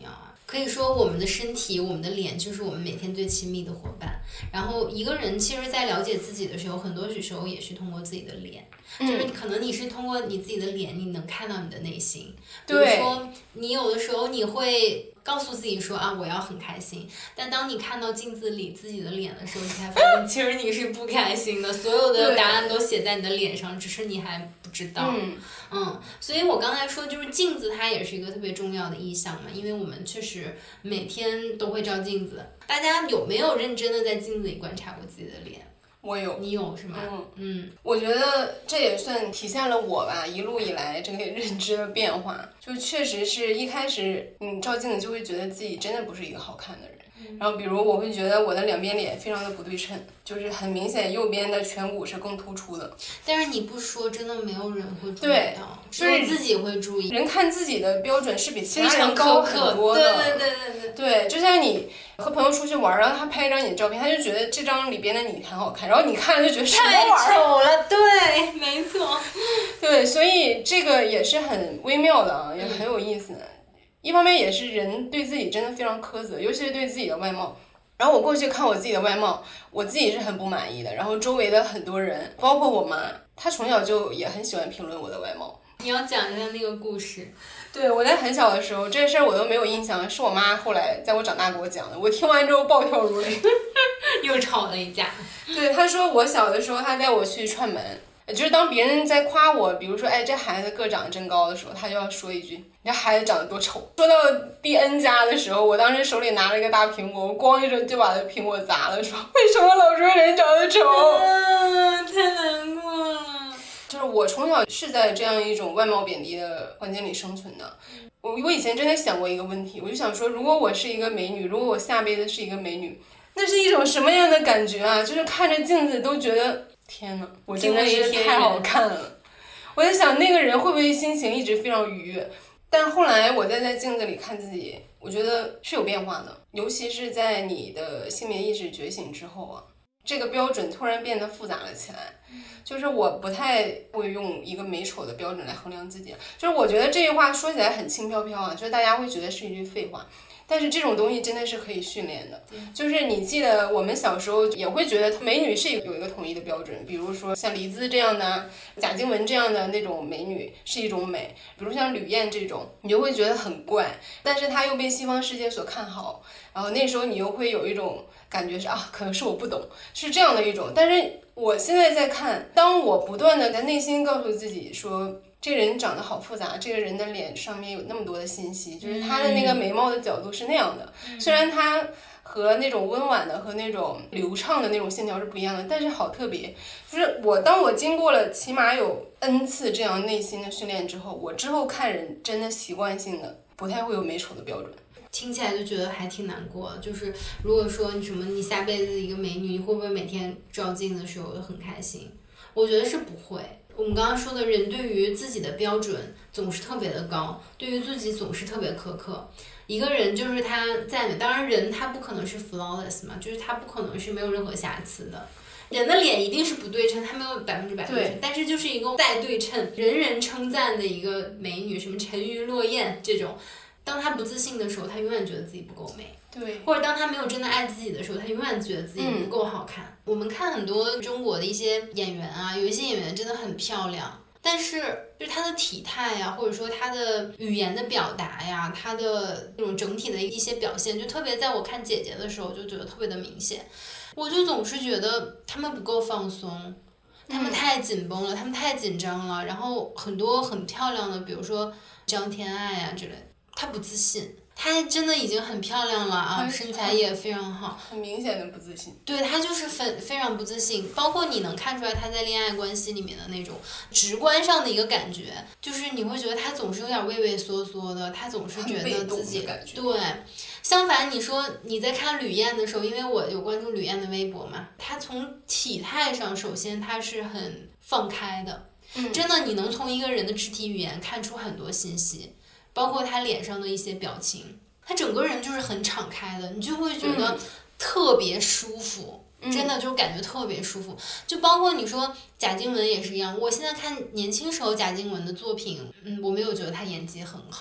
可以说我们的身体，我们的脸就是我们每天最亲密的伙伴。然后一个人其实在了解自己的时候，很多时候也是通过自己的脸， 嗯、 就是可能你是通过你自己的脸，你能看到你的内心。比对， 如说你有的时候你会告诉自己说啊，我要很开心，但当你看到镜子里自己的脸的时候，你才发现其实你是不开心的，所有的答案都写在你的脸上，只是你还不知道。 嗯嗯，所以我刚才说就是镜子它也是一个特别重要的意象嘛，因为我们确实每天都会照镜子。大家有没有认真的在镜子里观察过自己的脸？ 我有。 你有是吗？ 嗯嗯， 我觉得这也算体现了我吧一路以来这个认知的变化，就确实是一开始你照镜子就会觉得自己真的不是一个好看的人。然后比如我会觉得我的两边脸非常的不对称，就是很明显右边的颧骨是更突出的。 但是你不说真的没有人会注意到，只有自己会注意。 人看自己的标准是比其他人高很多的。 对对对对对对，就像你和朋友出去玩，然后他拍一张你的照片，他就觉得这张里边的你很好看，然后你看了就觉得什么玩意儿太丑了。对，没错。 对，所以这个也是很微妙的啊，也很有意思的。一方面也是人对自己真的非常苛责，尤其是对自己的外貌。然后我过去看我自己的外貌，我自己是很不满意的。然后周围的很多人，包括我妈，她从小就也很喜欢评论我的外貌。 你要讲一下那个故事。 对，我在很小的时候，这事儿我都没有印象，是我妈后来在我长大给我讲的。我听完之后暴跳如雷， 又吵了一架。 对，她说我小的时候，她带我去串门。就是当别人在夸我，比如说，哎，这孩子个长得真高的时候，他就要说一句，你这孩子长得多丑。说到第 N 家的时候，我当时手里拿了一个大苹果，我咣一声就把苹果砸了，说为什么老说人长得丑？ 啊，太难过了。 就是我从小是在这样一种外貌贬低的环境里生存的。我我以前真的想过一个问题，我就想说，如果我是一个美女，如果我下辈子是一个美女，那是一种什么样的感觉啊？就是看着镜子都觉得。天呐，我真的是太好看了！我在想那个人会不会心情一直非常愉悦？但后来我再在镜子里看自己，我觉得是有变化的，尤其是在你的性别意识觉醒之后啊，这个标准突然变得复杂了起来。就是我不太会用一个美丑的标准来衡量自己，就是我觉得这句话说起来很轻飘飘啊，就是大家会觉得是一句废话。但是这种东西真的是可以训练的，就是你记得我们小时候也会觉得美女是有一个统一的标准，比如说像黎姿这样的、贾静雯这样的那种美女是一种美，比如像吕燕这种，你就会觉得很怪，但是她又被西方世界所看好，然后那时候你又会有一种感觉是啊，可能是我不懂，是这样的一种。但是我现在在看，当我不断的在内心告诉自己说，这个人长得好复杂，这个人的脸上面有那么多的信息，就是他的那个眉毛的角度是那样的，嗯、虽然他和那种温婉的和那种流畅的那种线条是不一样的，但是好特别。就是我当我经过了起码有 N 次这样内心的训练之后，我之后看人真的习惯性的不太会有美丑的标准。 听起来就觉得还挺难过，就是如果说你什么你下辈子一个美女，你会不会每天照镜子的时候都很开心？我觉得是不会。我们刚刚说的人对于自己的标准总是特别的高，对于自己总是特别苛刻。一个人就是他在，当然人他不可能是 flawless 嘛，就是他不可能是没有任何瑕疵的。人的脸一定是不对称，他没有百分之百对称，但是就是一个再对称，人人称赞的一个美女，什么沉鱼落雁这种。当他不自信的时候，他永远觉得自己不够美。 对， 或者当他没有真的爱自己的时候，他永远觉得自己不够好看。嗯、我们看很多中国的一些演员啊，有一些演员真的很漂亮，但是就是他的体态呀，或者说他的语言的表达呀，他的这种整体的一些表现，就特别在我看姐姐的时候，就觉得特别的明显。我就总是觉得他们不够放松，他们太紧绷了，他们太紧张了。然后很多很漂亮的，比如说张天爱啊之类的，她不自信。她真的已经很漂亮了啊，身材也非常好， 很明显的不自信。 对，她就是非非常不自信，包括你能看出来她在恋爱关系里面的那种直观上的一个感觉，就是你会觉得她总是有点畏畏缩缩的，她总是觉得自己对。相反，你说你在看吕燕的时候，因为我有关注吕燕的微博嘛，她从体态上，首先她是很放开的， 嗯、 真的，你能从一个人的肢体语言看出很多信息。包括他脸上的一些表情，他整个人就是很敞开的，你就会觉得特别舒服， 嗯、 真的就感觉特别舒服。就包括你说贾静雯也是一样，我现在看年轻时候贾静雯的作品，嗯，我没有觉得她演技很好。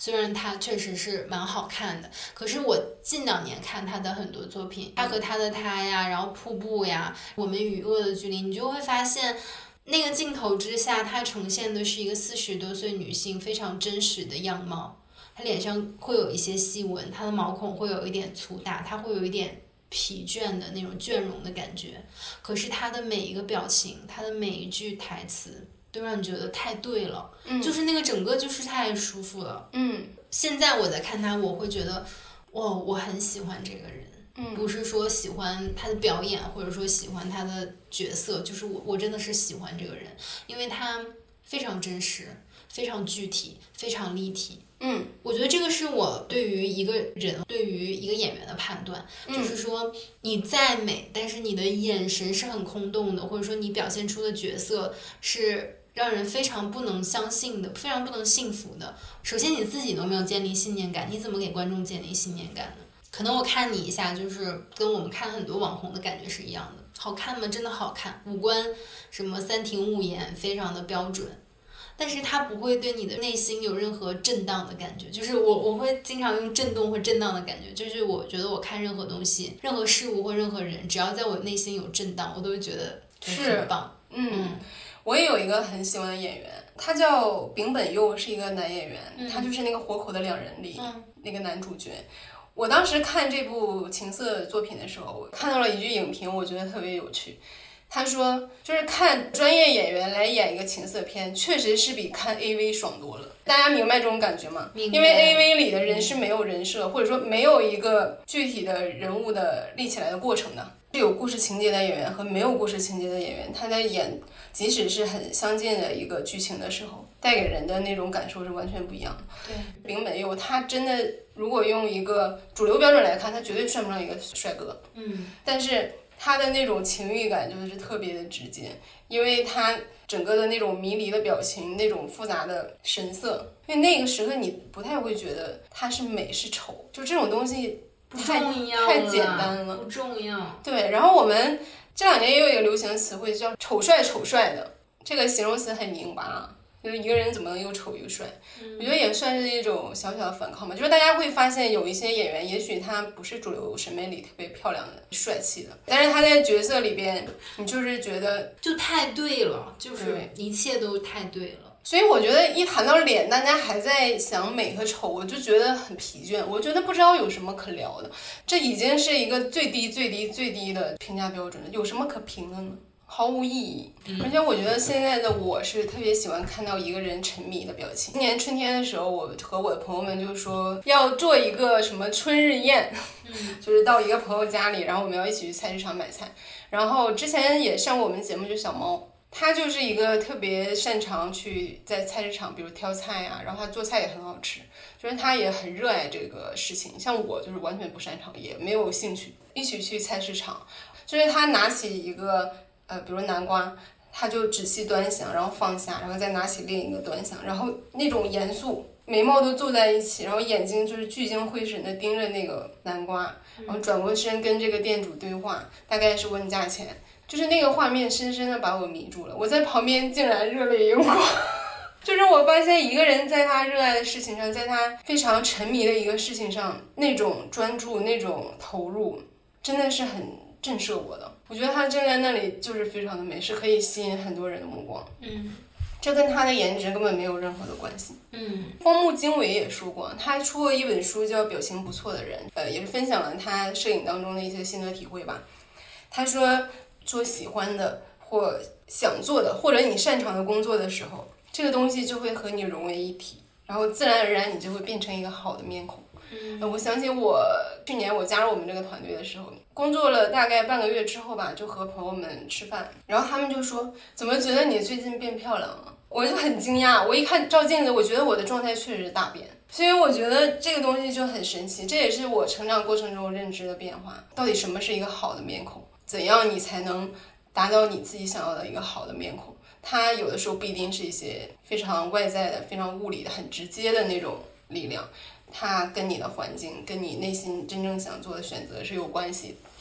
虽然他确实是蛮好看的，可是我近两年看他的很多作品，他和他的他呀，然后瀑布呀，我们与恶的距离，你就会发现那个镜头之下，它呈现的是一个四十多岁女性非常真实的样貌。她脸上会有一些细纹，她的毛孔会有一点粗大，她会有一点疲倦的那种倦容的感觉。可是她的每一个表情，她的每一句台词，都让你觉得太对了，嗯，就是那个整个就是太舒服了。 嗯， 现在我在看他，我会觉得，哇，我很喜欢这个人， 嗯， 不是说喜欢他的表演，或者说喜欢他的角色，就是我我真的是喜欢这个人，因为他非常真实，非常具体，非常立体。 嗯， 我觉得这个是我对于一个人，对于一个演员的判断， 嗯， 就是说你再美，但是你的眼神是很空洞的，或者说你表现出的角色是让人非常不能相信的，非常不能信服的。首先你自己都没有建立信念感，你怎么给观众建立信念感呢？可能我看你一下，就是跟我们看很多网红的感觉是一样的。好看吗？真的好看，五官什么三庭五眼非常的标准，但是它不会对你的内心有任何震荡的感觉。就是我我会经常用震动或震荡的感觉，就是我觉得我看任何东西、任何事物或任何人，只要在我内心有震荡，我都会觉得很棒。 嗯。 嗯， 我也有一个很喜欢的演员，他叫丙本佑，是一个男演员， 嗯、 他就是那个《活口的两人》里、 嗯、 那个男主角。我当时看这部情色作品的时候，看到了一句影评，我觉得特别有趣。他说，就是看专业演员来演一个情色片，确实是比看 A V 爽多了。大家明白这种感觉吗？因为 A V 里的人是没有人设，或者说没有一个具体的人物的立起来的过程的。有故事情节的演员和没有故事情节的演员，他在演即使是很相近的一个剧情的时候，带给人的那种感受是完全不一样的。 对， 丙本佑他真的，如果用一个主流标准来看，他绝对算不上一个帅哥。 嗯， 但是他的那种情欲感就是特别的直接，因为他整个的那种迷离的表情，那种复杂的神色，因为那个时刻你不太会觉得他是美是丑，就这种东西太不重要， 太简单了， 不重要。 对，然后我们这两年也有一个流行词汇叫丑帅丑帅的，这个形容词很拧巴，就是一个人怎么能又丑又帅、嗯、我觉得也算是一种小小的反抗吧。就是大家会发现有一些演员，也许他不是主流审美里特别漂亮的帅气的，但是他在角色里边你就是觉得就太对了，就是一切都太对了。 所以我觉得一谈到脸，大家还在想美和丑，我就觉得很疲倦，我觉得不知道有什么可聊的，这已经是一个最低最低最低的评价标准了，有什么可评的呢？毫无意义。而且我觉得现在的我是特别喜欢看到一个人沉迷的表情。今年春天的时候，我和我的朋友们就说要做一个什么春日宴， 嗯， 就是到一个朋友家里，然后我们要一起去菜市场买菜。然后之前也上过我们节目，就小猫，他就是一个特别擅长去在菜市场比如挑菜啊，然后他做菜也很好吃，就是他也很热爱这个事情。像我就是完全不擅长，也没有兴趣一起去菜市场，就是他拿起一个呃，比如南瓜，他就仔细端详，然后放下，然后再拿起另一个端详，然后那种严肃，眉毛都皱在一起，然后眼睛就是聚精会神的盯着那个南瓜，然后转过身跟这个店主对话，大概是问价钱，就是那个画面深深的把我迷住了，我在旁边竟然热泪盈眶。就是我发现一个人在他热爱的事情上，在他非常沉迷的一个事情上，那种专注，那种投入，真的是很震慑我的。我觉得他站在那里就是非常的美，是可以吸引很多人的目光。 嗯， 这跟他的颜值根本没有任何的关系。 嗯， 荒木经惟也说过，他出过一本书叫《表情不错的人》，呃，也是分享了他摄影当中的一些心得体会吧。他说，做喜欢的或想做的或者你擅长的工作的时候，这个东西就会和你融为一体，然后自然而然你就会变成一个好的面孔。 嗯， 我想起我去年我加入我们这个团队的时候，工作了大概半个月之后吧，就和朋友们吃饭，然后他们就说怎么觉得你最近变漂亮了？我就很惊讶，我一看照镜子，我觉得我的状态确实是大变，所以我觉得这个东西就很神奇，这也是我成长过程中认知的变化。到底什么是一个好的面孔？怎样你才能达到你自己想要的一个好的面孔？它有的时候不一定是一些非常外在的、非常物理的、很直接的那种力量。它跟你的环境，跟你内心真正想做的选择是有关系的。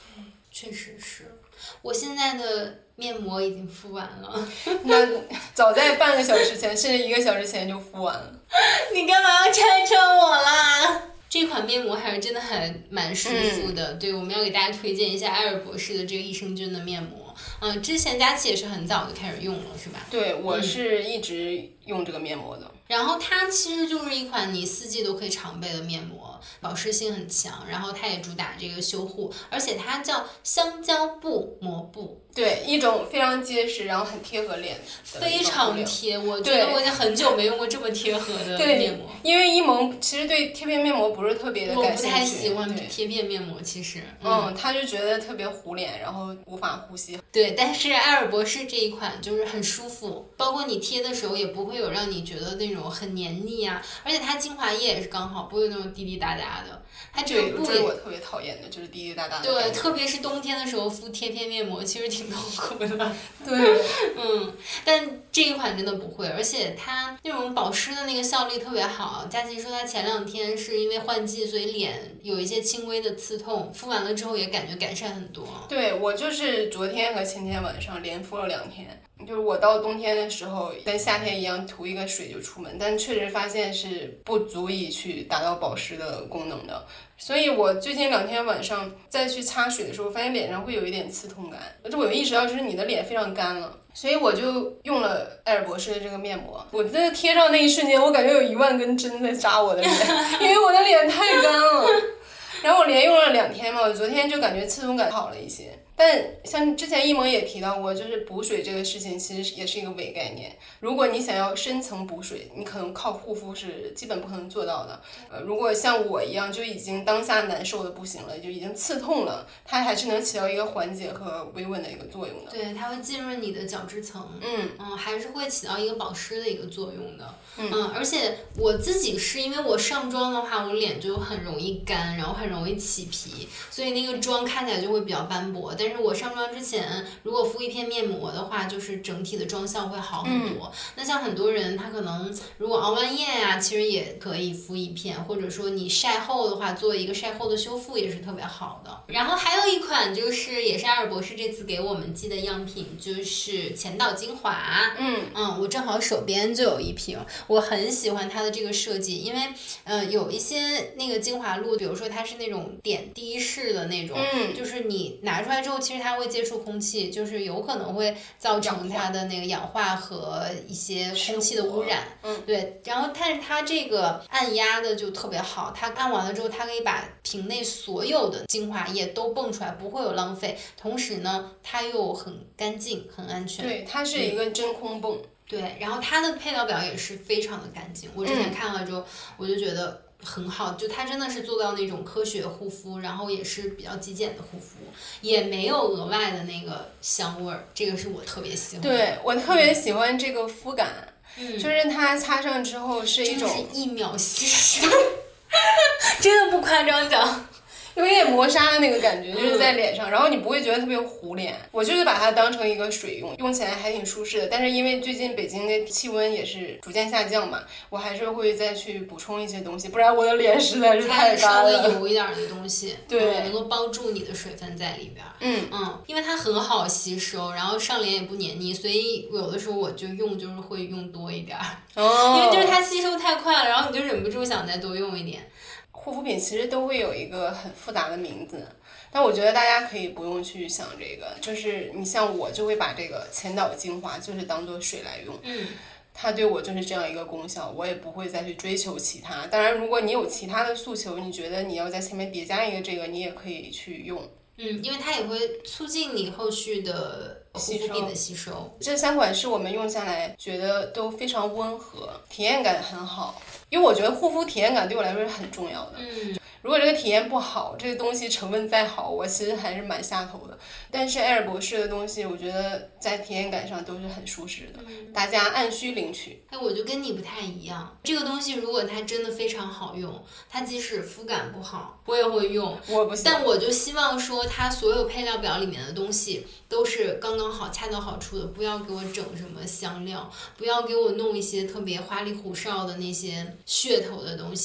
确实是，我现在的面膜已经敷完了。 那早在半个小时前，甚至一个小时前就敷完了。 你干嘛要拆穿我啦？这款面膜还是真的还蛮舒服的，嗯、对，我们要给大家推荐一下瑷尔博士的这个益生菌的面膜。嗯，之前佳琪也是很早就开始用了，是吧？ 对，我是一直用这个面膜的。嗯、 然后它其实就是一款你四季都可以常备的面膜，保湿性很强，然后它也主打这个修护，而且它叫香蕉布膜布。 对，一种非常结实，然后很贴合脸的， 非常贴。我觉得我已经很久没用过这么贴合的面膜。 因为一萌其实对贴片面膜不是特别的感兴趣， 我不太喜欢贴片面膜，其实。 嗯，嗯他就觉得特别糊脸，然后无法呼吸。 对，但是瑷尔博士这一款就是很舒服，包括你贴的时候也不会有让你觉得那种很黏腻啊，而且它精华液也是刚好，不会那种滴滴答答的。它这个布这是我特别讨厌的，就是滴滴答答的。 对，特别是冬天的时候敷贴片面膜，其实挺痛苦的。 对， 嗯，但这一款真的不会，而且它那种保湿的那个效力特别好。佳琪说她前两天是因为换季，所以脸有一些轻微的刺痛，敷完了之后也感觉改善很多。 对，我就是昨天和前天晚上连敷了两天。就是我到冬天的时候跟夏天一样涂一个水就出门，但确实发现是不足以去达到保湿的功能的，所以我最近两天晚上再去擦水的时候发现脸上会有一点刺痛感，而且我有意识到就是你的脸非常干了，所以我就用了瑷尔博士的这个面膜。我真的贴上那一瞬间我感觉有一万根针在扎我的脸，因为我的脸太干了。然后我连用了两天嘛，我昨天就感觉刺痛感好了一些。但像之前一萌也提到过，就是补水这个事情其实也是一个伪概念。如果你想要深层补水，你可能靠护肤是基本不可能做到的。呃，如果像我一样就已经当下难受的不行了，就已经刺痛了，它还是能起到一个缓解和维稳的一个作用的。 对，它会浸润你的角质层， 嗯嗯，还是会起到一个保湿的一个作用的。嗯, 嗯而且我自己是因为我上妆的话，我脸就很容易干，然后很容易起皮，所以那个妆看起来就会比较斑驳。但是我上妆之前如果敷一片面膜的话，就是整体的妆效会好很多。嗯、那像很多人他可能如果熬完夜呀、啊，其实也可以敷一片，或者说你晒后的话做一个晒后的修复也是特别好的。然后还有一款就是也是瑷尔博士这次给我们寄的样品，就是前导精华。 嗯嗯，我正好手边就有一瓶，我很喜欢它的这个设计，因为呃有一些那个精华露，比如说它是那种点滴式的那种， 嗯， 就是你拿出来之后，其实它会接触空气，就是有可能会造成它的那个氧化和一些空气的污染。 嗯， 对。然后但是它这个按压的就特别好，它按完了之后，它可以把瓶内所有的精华液都泵出来，不会有浪费。同时呢，它又很干净，很安全。 对，它是一个真空泵。 嗯对，然后它的配料表也是非常的干净，我之前看了之后，我就觉得很好，就它真的是做到那种科学护肤，然后也是比较极简的护肤，也没有额外的那个香味儿，这个是我特别喜欢的。 对，我特别喜欢这个肤感， 嗯， 就是它擦上之后是一种是一秒吸收，真的不夸张讲。 有一点磨砂的那个感觉，就是在脸上，然后你不会觉得特别糊脸。我就是把它当成一个水用，用起来还挺舒适的。但是因为最近北京的气温也是逐渐下降嘛，我还是会再去补充一些东西，不然我的脸实在是太干了。 稍微油一点的东西， 对、 嗯，能够帮助你的水分在里边。 嗯嗯，因为它很好吸收，然后上脸也不黏腻，所以有的时候我就用就是会用多一点。 哦， 因为就是它吸收太快了，然后你就忍不住想再多用一点。 护肤品其实都会有一个很复杂的名字，但我觉得大家可以不用去想这个，就是你像我就会把这个前导精华就是当做水来用， 嗯， 它对我就是这样一个功效，我也不会再去追求其他。当然如果你有其他的诉求，你觉得你要在前面叠加一个这个，你也可以去用。 嗯，因为它也会促进你后续的护肤品的吸收。 这三款是我们用下来觉得都非常温和，体验感很好。因为我觉得护肤体验感对我来说是很重要的。 嗯， 如果这个体验不好，这个东西成分再好，我其实还是蛮下头的。但是瑷尔博士的东西，我觉得在体验感上都是很舒适的， 嗯、 大家按需领取。 哎，我就跟你不太一样，这个东西如果它真的非常好用，它即使肤感不好，我也会用。 我不行， 但我就希望说，它所有配料表里面的东西都是刚刚好、恰到好处的，不要给我整什么香料，不要给我弄一些特别花里胡哨的那些噱头的东西。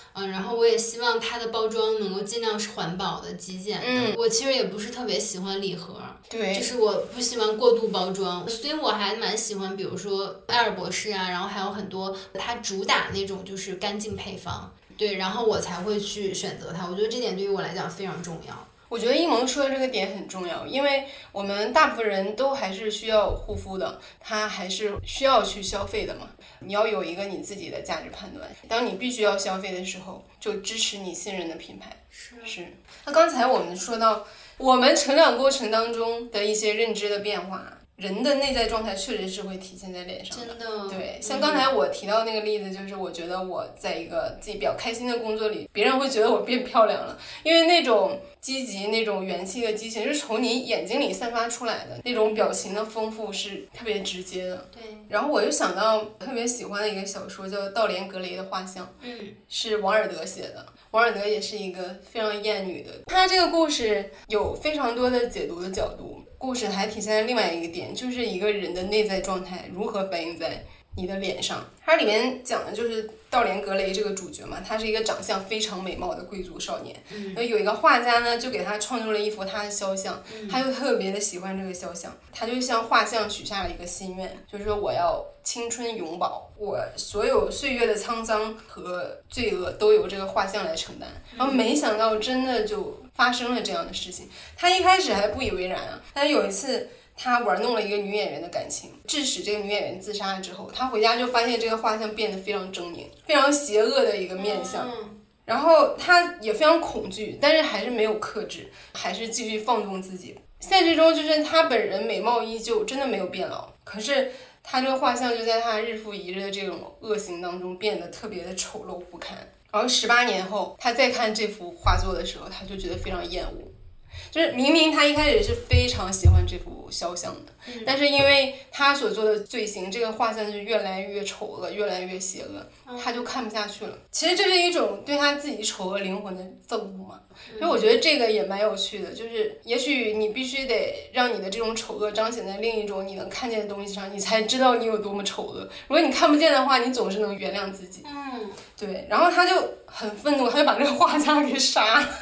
嗯，然后我也希望它的包装能够尽量是环保的、极简的。 嗯， 我其实也不是特别喜欢礼盒， 对， 就是我不喜欢过度包装，所以我还蛮喜欢，比如说瑷尔博士啊，然后还有很多它主打那种就是干净配方，对，然后我才会去选择它。我觉得这点对于我来讲非常重要。 我觉得一萌说的这个点很重要，因为我们大部分人都还是需要护肤的，他还是需要去消费的嘛。你要有一个你自己的价值判断，当你必须要消费的时候，就支持你信任的品牌。 是是。那刚才我们说到我们成长过程当中的一些认知的变化。人的内在状态确实是会体现在脸上的， 真的。 对，像刚才我提到那个例子，就是我觉得我在一个自己比较开心的工作里，别人会觉得我变漂亮了，因为那种积极、那种元气的激情是从你眼睛里散发出来的，那种表情的丰富是特别直接的。 对。 然后我就想到特别喜欢的一个小说，叫《道连格雷的画像》， 嗯， 是王尔德写的。王尔德也是一个非常厌女的，他这个故事有非常多的解读的角度。故事还体现在另外一个点，就是一个人的内在状态如何反映在你的脸上。它里面讲的就是道连格雷这个主角嘛，他是一个长相非常美貌的贵族少年。 嗯， 有一个画家呢，就给他创作了一幅他的肖像， 嗯， 他就特别的喜欢这个肖像，他就向画像许下了一个心愿，就是说我要青春永葆，我所有岁月的沧桑和罪恶都由这个画像来承担。然后没想到真的就发生了这样的事情，他一开始还不以为然啊，但是有一次他玩弄了一个女演员的感情，致使这个女演员自杀之后，他回家就发现这个画像变得非常狰狞，非常邪恶的一个面相。 嗯， 然后他也非常恐惧，但是还是没有克制，还是继续放纵自己。现实中就是他本人美貌依旧，真的没有变老，可是他这个画像就在他日复一日的这种恶行当中变得特别的丑陋不堪。然后十八年后他再看这幅画作的时候，他就觉得非常厌恶，就是明明他一开始是非常喜欢这幅肖像的， 嗯， 但是因为他所做的罪行，这个画像就越来越丑恶，越来越邪恶，他就看不下去了。其实这是一种对他自己丑恶灵魂的憎恶嘛。所以我觉得这个也蛮有趣的，就是也许你必须得让你的这种丑恶彰显在另一种你能看见的东西上，你才知道你有多么丑恶。如果你看不见的话，你总是能原谅自己。 嗯， 对。然后他就很愤怒，他就把这个画家给杀了。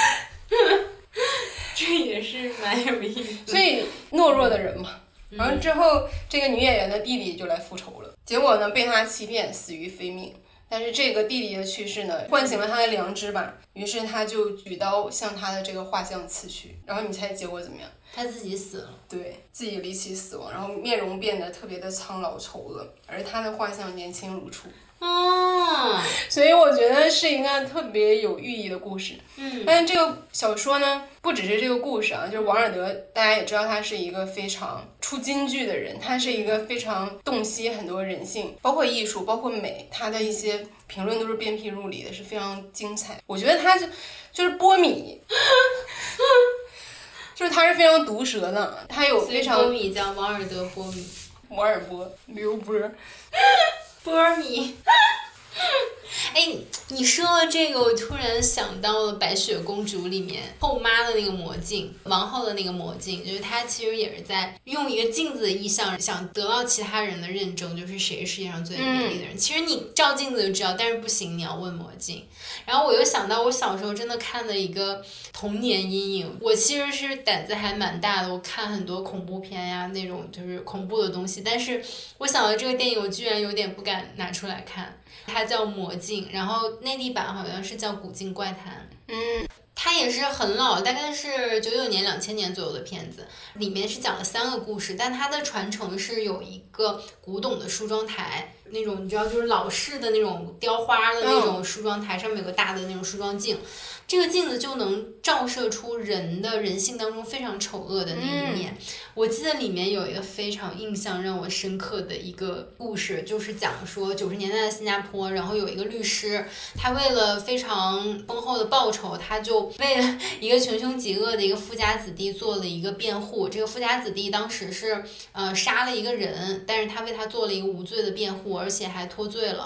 这也是蛮有意思的。 所以懦弱的人嘛。然后之后这个女演员的弟弟就来复仇了，结果呢被他欺骗，死于非命。但是这个弟弟的去世呢，唤醒了他的良知吧，于是他就举刀向他的这个画像刺去。然后你猜结果怎么样？ 他自己死了。 对，自己离奇死亡，然后面容变得特别的苍老丑恶，而他的画像年轻如初。 哦， 所以我觉得是一个特别有寓意的故事。 嗯， 但是这个小说呢，不只是这个故事啊，就是王尔德，大家也知道他是一个非常出金句的人，他是一个非常洞悉很多人性，包括艺术，包括美，他的一些评论都是鞭辟入里的，是非常精彩。我觉得他就就是波米。就是他是非常毒舌的，他有非常波米叫王尔德波米， 摩尔波刘波波米。哎，你说了这个，我突然想到了《白雪公主》里面后妈的那个魔镜，王后的那个魔镜，就是她其实也是在用一个镜子的意象，想得到其他人的认证，就是谁是世界上最美丽的人。嗯、其实你照镜子就知道，但是不行，你要问魔镜。然后我又想到我小时候真的看的一个童年阴影，我其实是胆子还蛮大的，我看很多恐怖片呀，那种就是恐怖的东西，但是我想到这个电影，我居然有点不敢拿出来看。它叫魔镜，然后内地版好像是叫古镜怪谈。 嗯， 它也是很老，大概是九九年、两千年左右的片子，里面是讲了三个故事，但它的传承是有一个古董的梳妆台，那种你知道就是老式的那种雕花的那种梳妆台，上面有个大的那种梳妆镜。这个镜子就能照射出人的人性当中非常丑恶的那一面。嗯、我记得里面有一个非常印象让我深刻的一个故事，就是讲说九十年代的新加坡，然后有一个律师，他为了非常丰厚的报酬，他就为了一个穷凶极恶的一个富家子弟做了一个辩护。这个富家子弟当时是呃杀了一个人，但是他为他做了一个无罪的辩护，而且还脱罪了。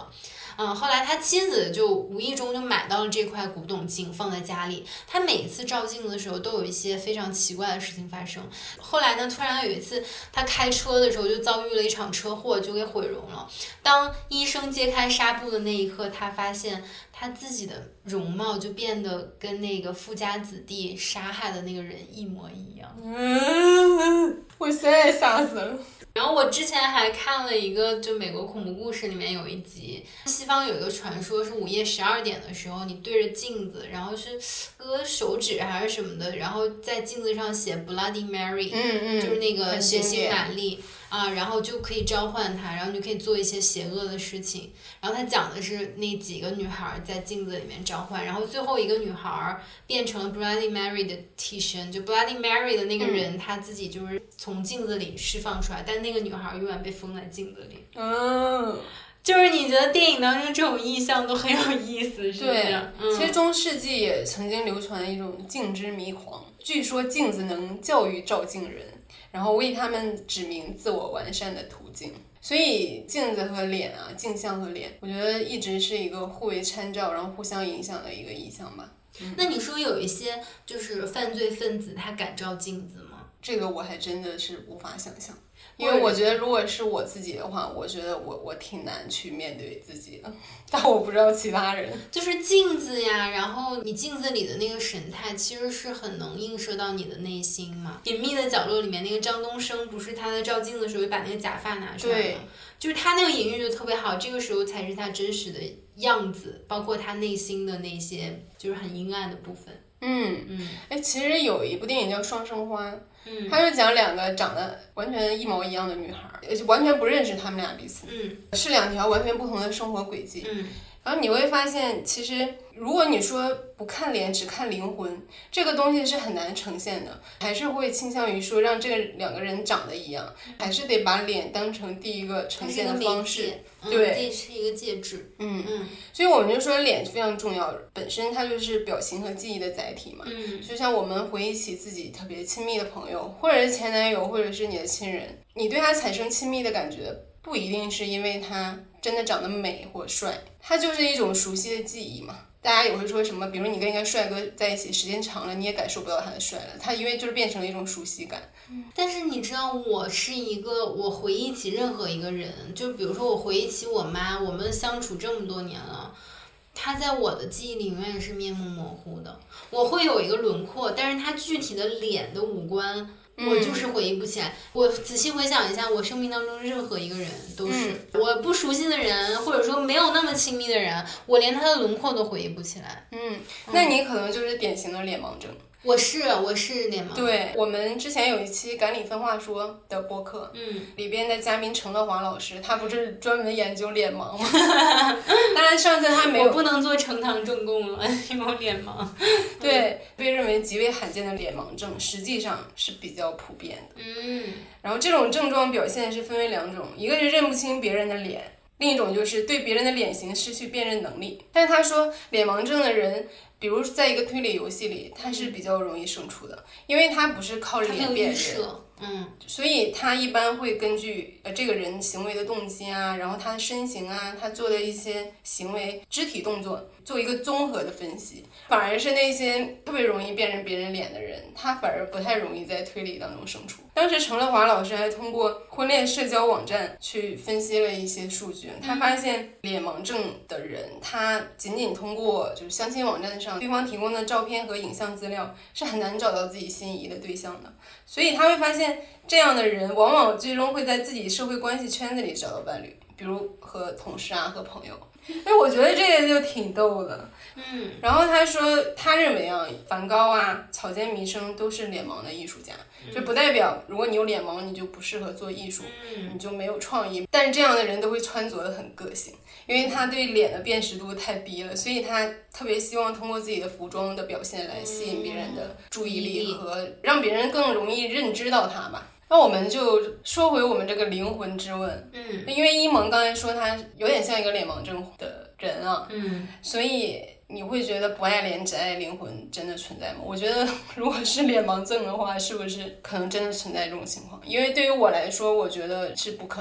嗯，后来他妻子就无意中就买到了这块古董镜放在家里，他每次照镜子的时候都有一些非常奇怪的事情发生。后来呢，突然有一次他开车的时候就遭遇了一场车祸，就给毁容了。当医生揭开纱布的那一刻，他发现他自己的容貌就变得跟那个富家子弟杀害的那个人一模一样。 嗯，我现在吓死了。 然后我之前还看了一个，就美国恐怖故事里面有一集，西方有一个传说是午夜十二点的时候，你对着镜子，然后是割手指还是什么的，然后在镜子上写 Bloody Mary， 嗯嗯， 就是那个血腥玛丽啊，然后就可以召唤它，然后你就可以做一些邪恶的事情。然后他讲的是那几个女孩在镜子里面召唤，然后最后一个女孩变成了 Bloody Mary 的替身，就 Bloody Mary 的那个人，她、嗯、自己就是从镜子里释放出来，但那个女孩永远被封在镜子里。 嗯， 就是你觉得电影当中这种意象都很有意思，是不是？ 对， 嗯、 其实中世纪也曾经流传一种镜之迷狂，据说镜子能教育照镜人，然后为他们指明自我完善的途径。所以镜子和脸啊，镜像和脸，我觉得一直是一个互为参照，然后互相影响的一个意象吧。 嗯、那你说有一些就是犯罪分子他敢照镜子吗？ 这个我还真的是无法想象。因为我觉得如果是我自己的话，我觉得我我挺难去面对自己的，但我不知道其他人。 就是镜子呀，然后你镜子里的那个神态其实是很能映射到你的内心嘛。隐秘的角落里面那个张东升不是他在照镜子的时候把那个假发拿出来吗？就是他那个隐喻就特别好，这个时候才是他真实的样子，包括他内心的那些就是很阴暗的部分。 嗯嗯，哎，其实有一部电影叫《双生花》。 嗯， 他就讲两个长得完全一模一样的女孩，完全不认识他们俩彼此， 嗯， 是两条完全不同的生活轨迹， 嗯， 然后你会发现，其实如果你说不看脸只看灵魂，这个东西是很难呈现的，还是会倾向于说让这个两个人长得一样，还是得把脸当成第一个呈现的方式。对， 这是一个介质。 嗯嗯，所以我们就说脸非常重要，本身它就是表情和记忆的载体嘛。 嗯， 就像我们回忆起自己特别亲密的朋友，或者是前男友，或者是你的亲人，你对他产生亲密的感觉，不一定是因为他真的长得美或帅，他就是一种熟悉的记忆嘛。大家也会说什么，比如你跟一个帅哥在一起时间长了，你也感受不到他的帅了，他因为就是变成了一种熟悉感。 嗯，但是你知道，我是一个，我回忆起任何一个人，就比如说我回忆起我妈，我们相处这么多年了，她在我的记忆里永远是面目模糊的。我会有一个轮廓，但是她具体的脸的五官，我就是回忆不起来。嗯、我仔细回想一下，我生命当中任何一个人都是、嗯、我不熟悉的人，或者说没有那么亲密的人，我连他的轮廓都回忆不起来。 嗯，那你可能就是典型的脸盲症。 我是我是脸盲。 对，我们之前有一期感理分话说的播客， 嗯， 里边的嘉宾陈乐华老师，他不是专门研究脸盲吗？当然上次他没有， 我不能做呈堂证供了，因为我脸盲。 对，被认为极为罕见的脸盲症，实际上是比较普遍的。 嗯， 然后这种症状表现是分为两种，一个是认不清别人的脸，另一种就是对别人的脸型失去辨认能力。但是他说脸盲症的人，比如在一个推理游戏里，他是比较容易胜出的，因为他不是靠脸辨认， 嗯， 所以他一般会根据呃这个人行为的动机啊，然后他的身形啊，他做的一些行为、肢体动作，做一个综合的分析。反而是那些特别容易辨认别人脸的人，他反而不太容易在推理当中胜出。当时陈乐华老师还通过婚恋社交网站去分析了一些数据，他发现脸盲症的人，他仅仅通过就是相亲网站上对方提供的照片和影像资料，是很难找到自己心仪的对象的。所以他会发现这样的人往往最终会在自己社会关系圈子里找到伴侣，比如和同事啊，和朋友。哎，我觉得这个就挺逗的。 嗯， 然后他说，他认为啊，梵高啊、草间弥生都是脸盲的艺术家，这不代表如果你有脸盲，你就不适合做艺术，你就没有创意。但是这样的人都会穿着的很个性，因为他对脸的辨识度太低了，所以他特别希望通过自己的服装的表现来吸引别人的注意力和让别人更容易认知到他吧。那我们就说回我们这个灵魂之问， 嗯， 因为一萌刚才说他有点像一个脸盲症的人啊， 嗯， 所以你会觉得不爱脸只爱灵魂真的存在吗？我觉得如果是脸盲症的话，是不是可能真的存在这种情况？因为对于我来说，我觉得是不可能。我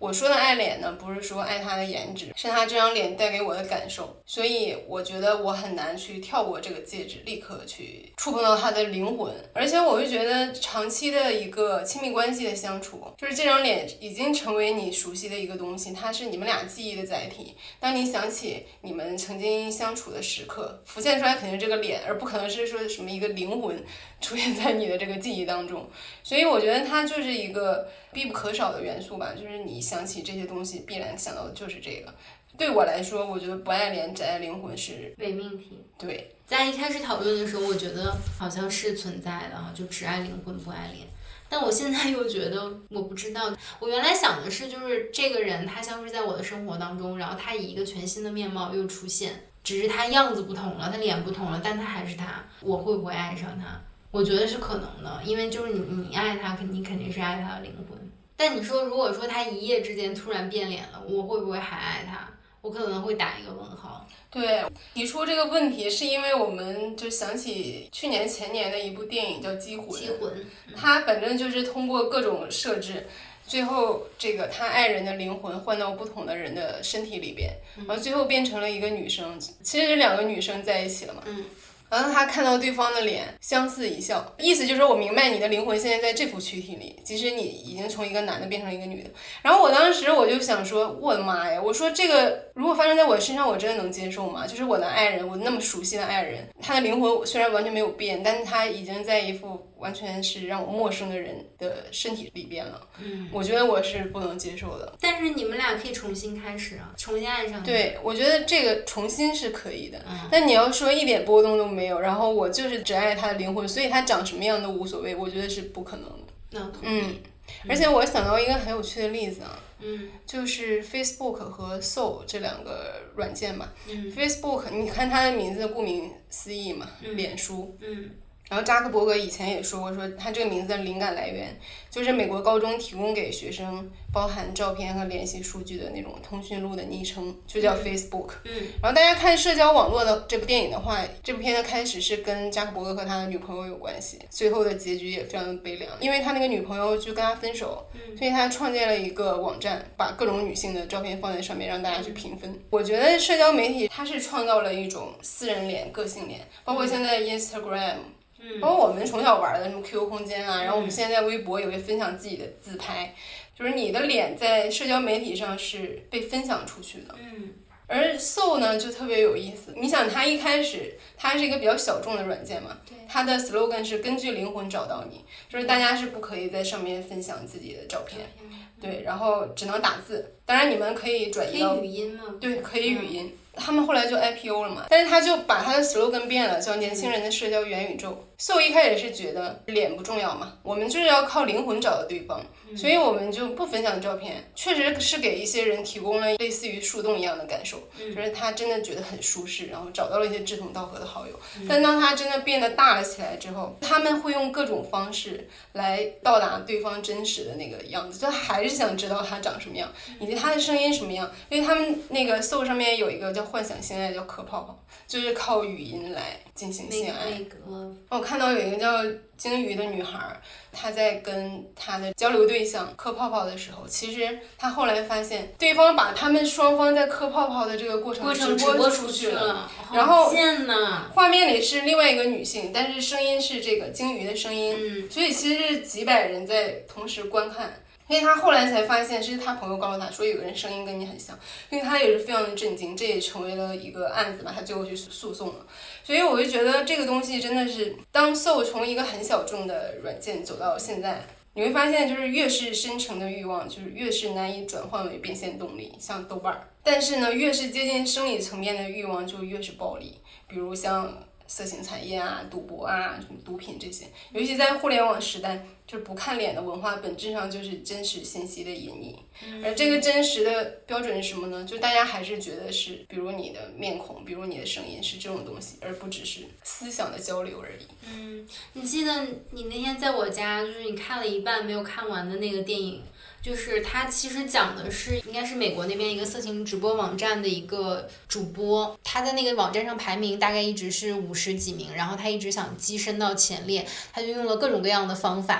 我说的爱脸呢，不是说爱他的颜值，是他这张脸带给我的感受。所以我觉得我很难去跳过这个戒指，立刻去触碰到他的灵魂。而且我会觉得长期的一个亲密关系的相处，就是这张脸已经成为你熟悉的一个东西，它是你们俩记忆的载体。当你想起你们曾经相处的时刻，浮现出来肯定是这个脸，而不可能是说什么一个灵魂出现在你的这个记忆当中。所以我觉得它就是一个必不可少的元素吧，就是你想起这些东西必然想到的就是这个。对我来说，我觉得不爱脸只爱灵魂是伪命题。 对， 在一开始讨论的时候，我觉得好像是存在的啊，就只爱灵魂不爱脸。但我现在又觉得我不知道，我原来想的是，就是这个人他消失在我的生活当中，然后他以一个全新的面貌又出现，只是他样子不同了，他脸不同了，但他还是他，我会不会爱上他？我觉得是可能的，因为就是你你爱他，肯定肯定是爱他的灵魂。但你说如果说他一夜之间突然变脸了，我会不会还爱他？我可能会打一个问号。 对，提出这个问题是因为我们就想起去年前年的一部电影叫《机魂》， 机魂，嗯、 他反正就是通过各种设置，最后这个他爱人的灵魂换到不同的人的身体里边，然后最后变成了一个女生，其实是两个女生在一起了嘛。 嗯。 然后他看到对方的脸，相似一笑，意思就是我明白你的灵魂现在在这副躯体里，即使你已经从一个男的变成一个女的。然后我当时我就想说，我的妈呀，我说这个如果发生在我身上，我真的能接受吗？就是我的爱人，我那么熟悉的爱人，他的灵魂虽然完全没有变，但是他已经在一副完全是让我陌生的人的身体里边了。 嗯， 我觉得我是不能接受的。 但是你们俩可以重新开始啊，重新爱上他。 对，我觉得这个重新是可以的。 嗯， 但你要说一点波动都没有，然后我就是只爱他的灵魂，所以他长什么样都无所谓，我觉得是不可能的。 那同意。 嗯，而且我想到一个很有趣的例子啊， 嗯， 就是 Facebook 和 Soul 这两个软件吧。 嗯 Facebook 你看它的名字顾名思义嘛， 嗯、 脸书。 嗯。 然后扎克伯格以前也说过，说他这个名字的灵感来源就是美国高中提供给学生包含照片和联系数据的那种通讯录的昵称，就叫 Facebook。 嗯。 然后大家看社交网络的这部电影的话，这部片的开始是跟扎克伯格和他的女朋友有关系，最后的结局也非常的悲凉，因为他那个女朋友就跟他分手， 嗯、 所以他创建了一个网站，把各种女性的照片放在上面，让大家去评分。我觉得社交媒体它是创造了一种私人脸、个性脸，包括现在 Instagram。包括我们从小玩的什么 Q Q 空间啊，然后我们现在微博也会分享自己的自拍，就是你的脸在社交媒体上是被分享出去的。 嗯。 而 Soul 呢就特别有意思，你想它一开始它是一个比较小众的软件嘛，它的 slogan 是根据灵魂找到你，就是大家是不可以在上面分享自己的照片，对，然后只能打字，当然你们可以转移到可以语音吗？ 对，可以语音。他们后来就 I P O 了嘛，但是他就把他的 slogan 变了，叫年轻人的社交元宇宙。So 一开始是觉得脸不重要嘛，我们就是要靠灵魂找到对方，所以我们就不分享照片，确实是给一些人提供了类似于树洞一样的感受，就是他真的觉得很舒适，然后找到了一些志同道合的好友。但当他真的变得大了起来之后，他们会用各种方式来到达对方真实的那个样子，就还是想知道他长什么样，以及他的声音什么样，因为他们那个 So 上面有一个叫幻想性爱，叫磕泡泡，就是靠语音来进行性爱。 那个我看到有一个叫鲸鱼的女孩，她在跟她的交流对象磕泡泡的时候，其实她后来发现对方把他们双方在磕泡泡的这个过程直播出去了，然后画面里是另外一个女性，但是声音是这个鲸鱼的声音， 嗯， 所以其实是几百人在同时观看。因为他后来才发现，是他朋友告诉他说有个人声音跟你很像，因为他也是非常的震惊，这也成为了一个案子嘛，他最后去诉讼了。所以我就觉得这个东西真的是，当 So 从一个很小众的软件走到现在，你会发现就是越是深层的欲望，就是越是难以转换为变现动力，像豆瓣。但是呢，越是接近生理层面的欲望，就越是暴力，比如像色情产业啊、赌博啊、什么毒品这些，尤其在互联网时代，就是不看脸的文化本质上就是真实信息的隐匿。而这个真实的标准是什么呢？就大家还是觉得是，比如你的面孔，比如你的声音是这种东西，而不只是思想的交流而已。 嗯，你记得你那天在我家，就是你看了一半没有看完的那个电影。就是它其实讲的是应该是美国那边一个色情直播网站的一个主播，他在那个网站上排名大概一直是五十几名，然后他一直想跻身到前列，他就用了各种各样的方法，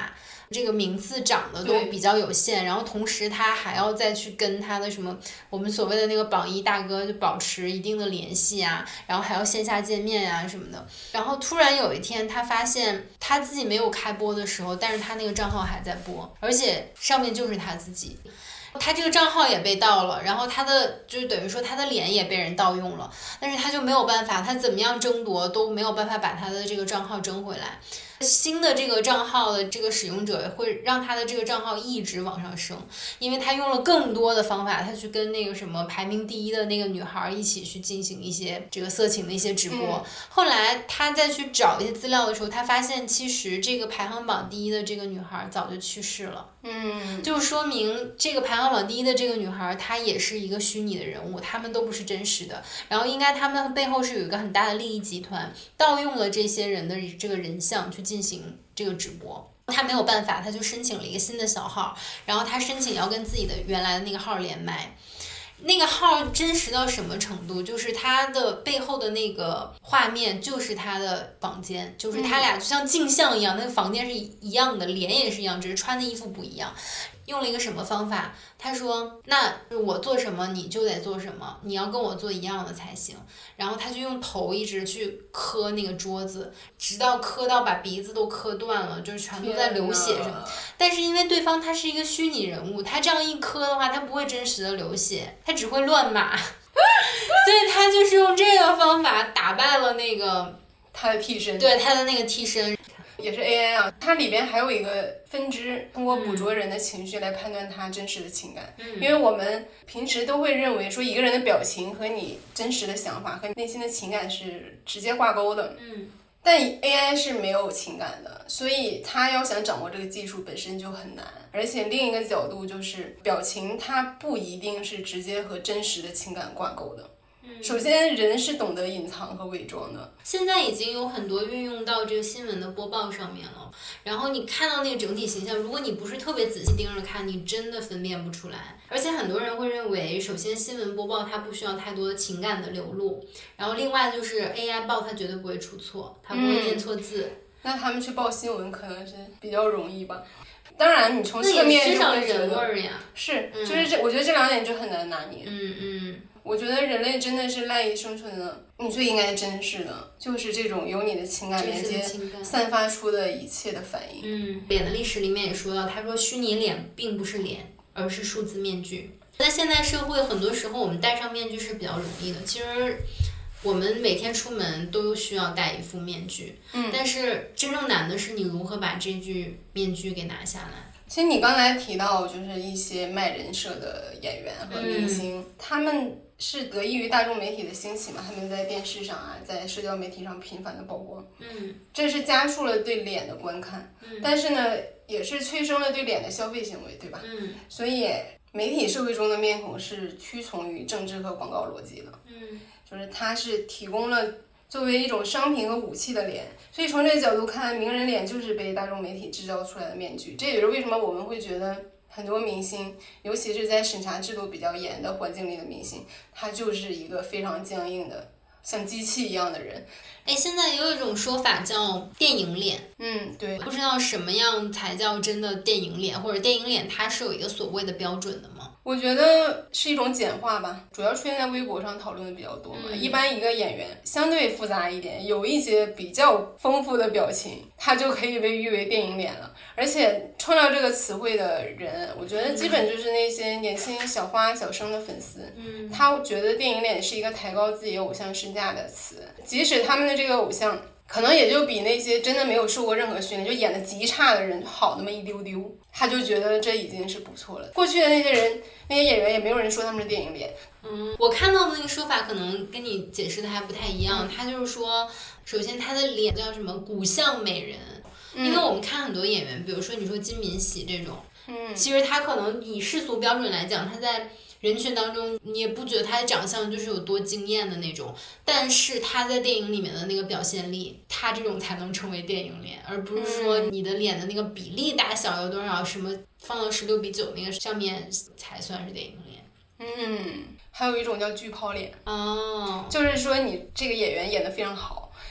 这个名次涨得都比较有限，然后同时他还要再去跟他的什么我们所谓的那个榜一大哥就保持一定的联系啊，然后还要线下见面啊什么的。然后突然有一天他发现他自己没有开播的时候，但是他那个账号还在播，而且上面就是他自己。他这个账号也被盗了，然后他的就是等于说他的脸也被人盗用了，但是他就没有办法，他怎么样争夺都没有办法把他的这个账号争回来。新的这个账号的这个使用者会让他的这个账号一直往上升，因为他用了更多的方法，他去跟那个什么排名第一的那个女孩一起去进行一些这个色情的一些直播。 嗯、 后来他再去找一些资料的时候，他发现其实这个排行榜第一的这个女孩早就去世了。 嗯， 就说明这个排行榜第一的这个女孩，她也是一个虚拟的人物，她们都不是真实的。然后应该她们背后是有一个很大的利益集团，盗用了这些人的这个人像去进行这个直播。他没有办法，他就申请了一个新的小号，然后他申请要跟自己的原来的那个号连麦。那个号真实到什么程度，就是他的背后的那个画面就是他的房间，就是他俩就像镜像一样，那个房间是一样的，脸也是一样，只是穿的衣服不一样。用了一个什么方法？他说那我做什么你就得做什么，你要跟我做一样的才行。然后他就用头一直去磕那个桌子，直到磕到把鼻子都磕断了，就是全都在流血什么。但是因为对方他是一个虚拟人物，他这样一磕的话，他不会真实的流血，他只会乱码。所以他就是用这个方法打败了那个他的替身， 对他的那个替身。 也是 A I 啊，它里边还有一个分支，通过捕捉人的情绪来判断他真实的情感。 嗯、 因为我们平时都会认为说一个人的表情和你真实的想法和内心的情感是直接挂钩的。 嗯， 但 A I 是没有情感的，所以他要想掌握这个技术本身就很难。而且另一个角度就是表情，它不一定是直接和真实的情感挂钩的。首先人是懂得隐藏和伪装的， 现在已经有很多运用到这个新闻的播报上面了，然后你看到那个整体形象，如果你不是特别仔细盯着看，你真的分辨不出来。而且很多人会认为，首先新闻播报它不需要太多的情感的流露，然后另外就是 A I 报它绝对不会出错，它不会念错字、 嗯、那他们去报新闻可能是比较容易吧。当然你从侧面就会觉得人味儿呀， 是，就是这、嗯、我觉得这两点就很难拿捏。 嗯嗯， 我觉得人类真的是赖以生存的，你最应该珍视的就是这种由你的情感连接散发出的一切的反应。 嗯，脸的历史里面也说到，他说虚拟脸并不是脸，而是数字面具。在现代社会，很多时候我们戴上面具是比较容易的，其实我们每天出门都需要戴一副面具， 嗯， 但是真正难的是你如何把这具面具给拿下来。 其实你刚才提到就是一些卖人设的演员和明星、嗯、他们是得益于大众媒体的兴起嘛，他们在电视上啊，在社交媒体上频繁的曝光， 嗯， 这是加速了对脸的观看， 嗯， 但是呢也是催生了对脸的消费行为，对吧？ 嗯， 所以媒体社会中的面孔是屈从于政治和广告逻辑的， 嗯， 就是它是提供了作为一种商品和武器的脸，所以从这个角度看，名人脸就是被大众媒体制造出来的面具。这也是为什么我们会觉得很多明星，尤其是在审查制度比较严的环境里的明星，他就是一个非常僵硬的像机器一样的人。 哎，现在有一种说法叫电影脸， 嗯，对， 不知道什么样才叫真的电影脸，或者电影脸它是有一个所谓的标准的吗？ 我觉得是一种简化吧，主要出现在微博上讨论的比较多嘛。 嗯、 一般一个演员相对复杂一点，有一些比较丰富的表情，他就可以被誉为电影脸了。而且创造这个词汇的人，我觉得基本就是那些年轻小花小生的粉丝， 嗯， 他觉得电影脸是一个抬高自己偶像身价的词，即使他们的这个偶像可能也就比那些真的没有受过任何训练就演得极差的人好那么一丢丢，他就觉得这已经是不错了。过去的那些人那些演员也没有人说他们是电影脸。 嗯，我看到的那个说法可能跟你解释的还不太一样，他就是说首先他的脸叫什么骨相美人、嗯、因为我们看很多演员，比如说你说金敏喜这种， 嗯， 其实他可能以世俗标准来讲，他在人群当中你也不觉得他的长相就是有多惊艳的那种，但是他在电影里面的那个表现力，他这种才能成为电影脸，而不是说你的脸的那个比例大小有多少，什么放到十六比九那个上面才算是电影脸。 嗯，还有一种叫巨抛脸， 哦， 就是说你这个演员演得非常好，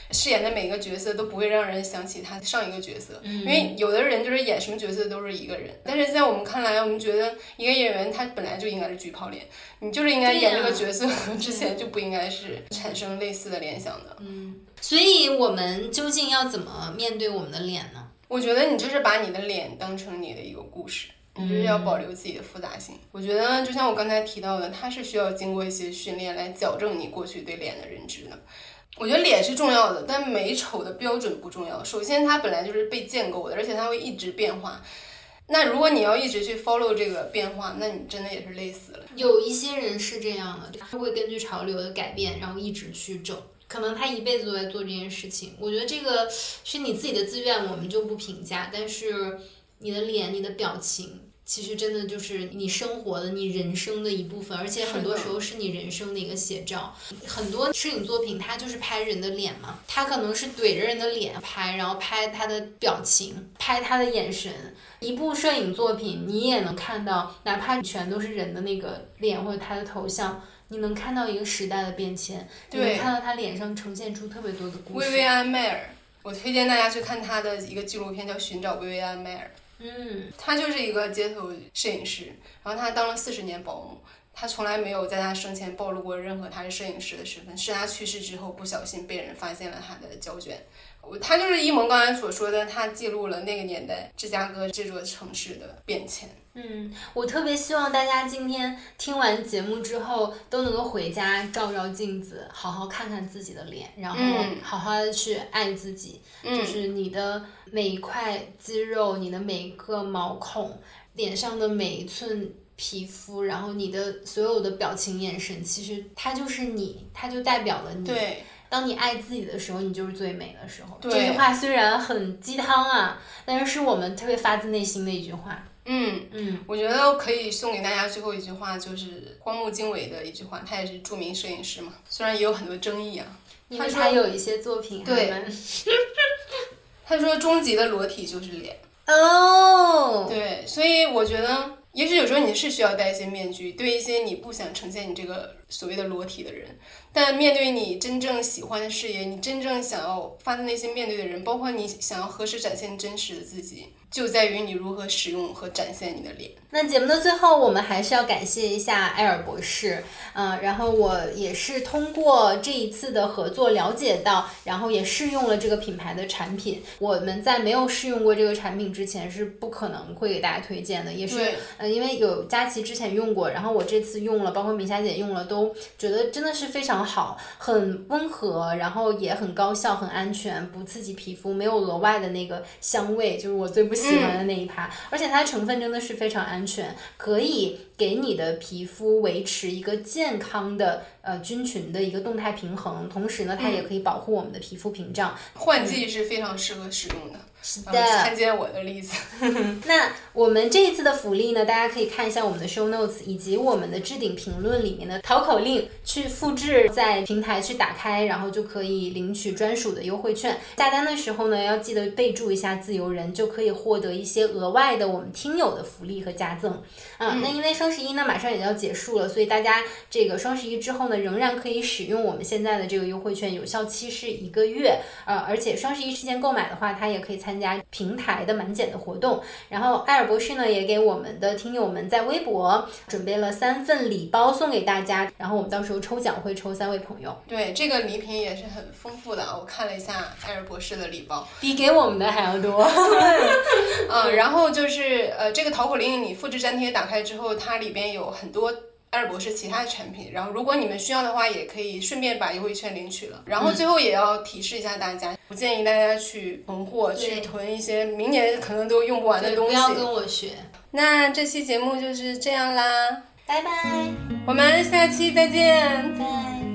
饰演的每个角色都不会让人想起他上一个角色， 嗯、 因为有的人就是演什么角色都是一个人，但是在我们看来，我们觉得一个演员他本来就应该是巨泡脸，你就是应该演这个角色和之前就不应该是产生类似的联想的。 嗯，所以我们究竟要怎么面对我们的脸呢？ 我觉得你就是把你的脸当成你的一个故事，你就是要保留自己的复杂性。嗯、我觉得就像我刚才提到的，它是需要经过一些训练来矫正你过去对脸的认知的。我觉得脸是重要的，但美丑的标准不重要。首先它本来就是被建构的，而且它会一直变化。那如果你要一直去 follow 这个变化，那你真的也是累死了。 有一些人是这样的，他会根据潮流的改变，然后一直去整。可能他一辈子都在做这件事情，我觉得这个是你自己的自愿，我们就不评价。但是你的脸、你的表情，其实真的就是你生活的、你人生的一部分，而且很多时候是你人生的一个写照。很多摄影作品它就是拍人的脸嘛，它可能是怼着人的脸拍，然后拍他的表情，拍他的眼神。一部摄影作品你也能看到，哪怕全都是人的那个脸或者他的头像，你能看到一个时代的变迁，你能看到他脸上呈现出特别多的故事。 薇薇安·迈尔，我推荐大家去看他的一个纪录片，叫《寻找薇薇安·迈尔》。 嗯， 他就是一个街头摄影师，然后他当了四十年保姆，他从来没有在他生前暴露过任何他是摄影师的身份，是他去世之后不小心被人发现了他的胶卷。他就是一萌刚才所说的，他记录了那个年代芝加哥这座城市的变迁。 嗯，我特别希望大家今天听完节目之后都能够回家照照镜子，好好看看自己的脸，然后好好的去爱自己。嗯、就是你的每一块肌肉，你的每一个毛孔，脸上的每一寸皮肤，然后你的所有的表情眼神，其实它就是你，它就代表了你。 对。 当你爱自己的时候，你就是最美的时候。这句话虽然很鸡汤啊，但是是我们特别发自内心的一句话。 嗯嗯，我觉得可以送给大家最后一句话，就是荒木经惟的一句话，他也是著名摄影师嘛，虽然也有很多争议啊。 因为他有一些作品还蛮他说终极的裸体就是脸。 哦， 对，所以我觉得也许有时候你是需要戴一些面具，对一些你不想呈现你这个所谓的裸体的人，但面对你真正喜欢的事业，你真正想要发自内心面对的人，包括你想要何时展现真实的自己，就在于你如何使用和展现你的脸。 那节目的最后，我们还是要感谢一下艾尔博士，嗯、呃，然后我也是通过这一次的合作了解到，然后也试用了这个品牌的产品。我们在没有试用过这个产品之前是不可能会给大家推荐的，也是呃，因为有佳琪之前用过，然后我这次用了，包括米霞姐用了，都觉得真的是非常好，很温和，然后也很高效，很安全，不刺激皮肤，没有额外的那个香味，就是我最不喜欢的那一趴，嗯、而且它的成分真的是非常安全，可以给你的皮肤维持一个健康的呃菌群的一个动态平衡，同时呢，它也可以保护我们的皮肤屏障。 换季是非常适合使用的。 是的， 参见我的例子。 那我们这一次的福利呢，大家可以看一下我们的 show notes 以及我们的置顶评论里面的淘口令，去复制在平台去打开，然后就可以领取专属的优惠券。下单的时候呢，要记得备注一下自由人，就可以获得一些额外的我们听友的福利和加赠。啊、嗯，那因为双十一呢马上也要结束了，所以大家这个双十一之后呢，仍然可以使用我们现在的这个优惠券，有效期是一个月。呃，而且双十一期间购买的话，它也可以参加参加平台的满减的活动。然后艾尔博士呢也给我们的听友们在微博准备了三份礼包送给大家，然后我们到时候抽奖会抽三位朋友。 对，这个礼品也是很丰富的啊，我看了一下艾尔博士的礼包， 比给我们的还要多。 嗯，然后就是呃这个淘口令你复制粘贴打开之后，它里边有很多艾尔博士其他的产品，然后如果你们需要的话，也可以顺便把优惠券领取了。然后最后也要提示一下大家，不建议大家去囤货，去囤一些明年可能都用不完的东西。 不要跟我学。 那这期节目就是这样啦， 拜拜， 我们下期再见。 拜。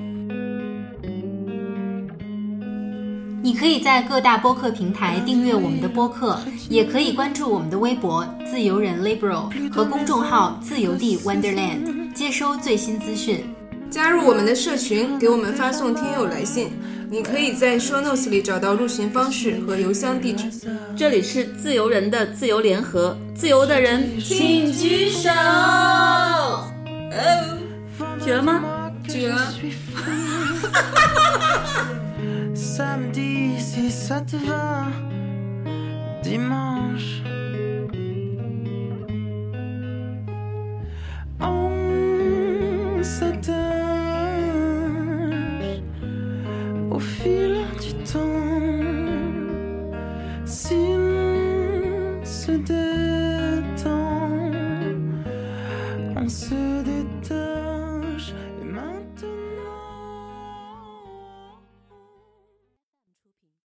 你可以在各大播客平台订阅我们的播客，也可以关注我们的微博自由人 Libero 和公众号自由地 Wonderland， 接收最新资讯。 加入我们的社群，给我们发送听友来信，你可以在 show notes 里找到入群方式和邮箱地址。 这里是自由人的自由联合，自由的人请举手。哦，举了吗？ 举了。 me dis si ça te va. Dis-moi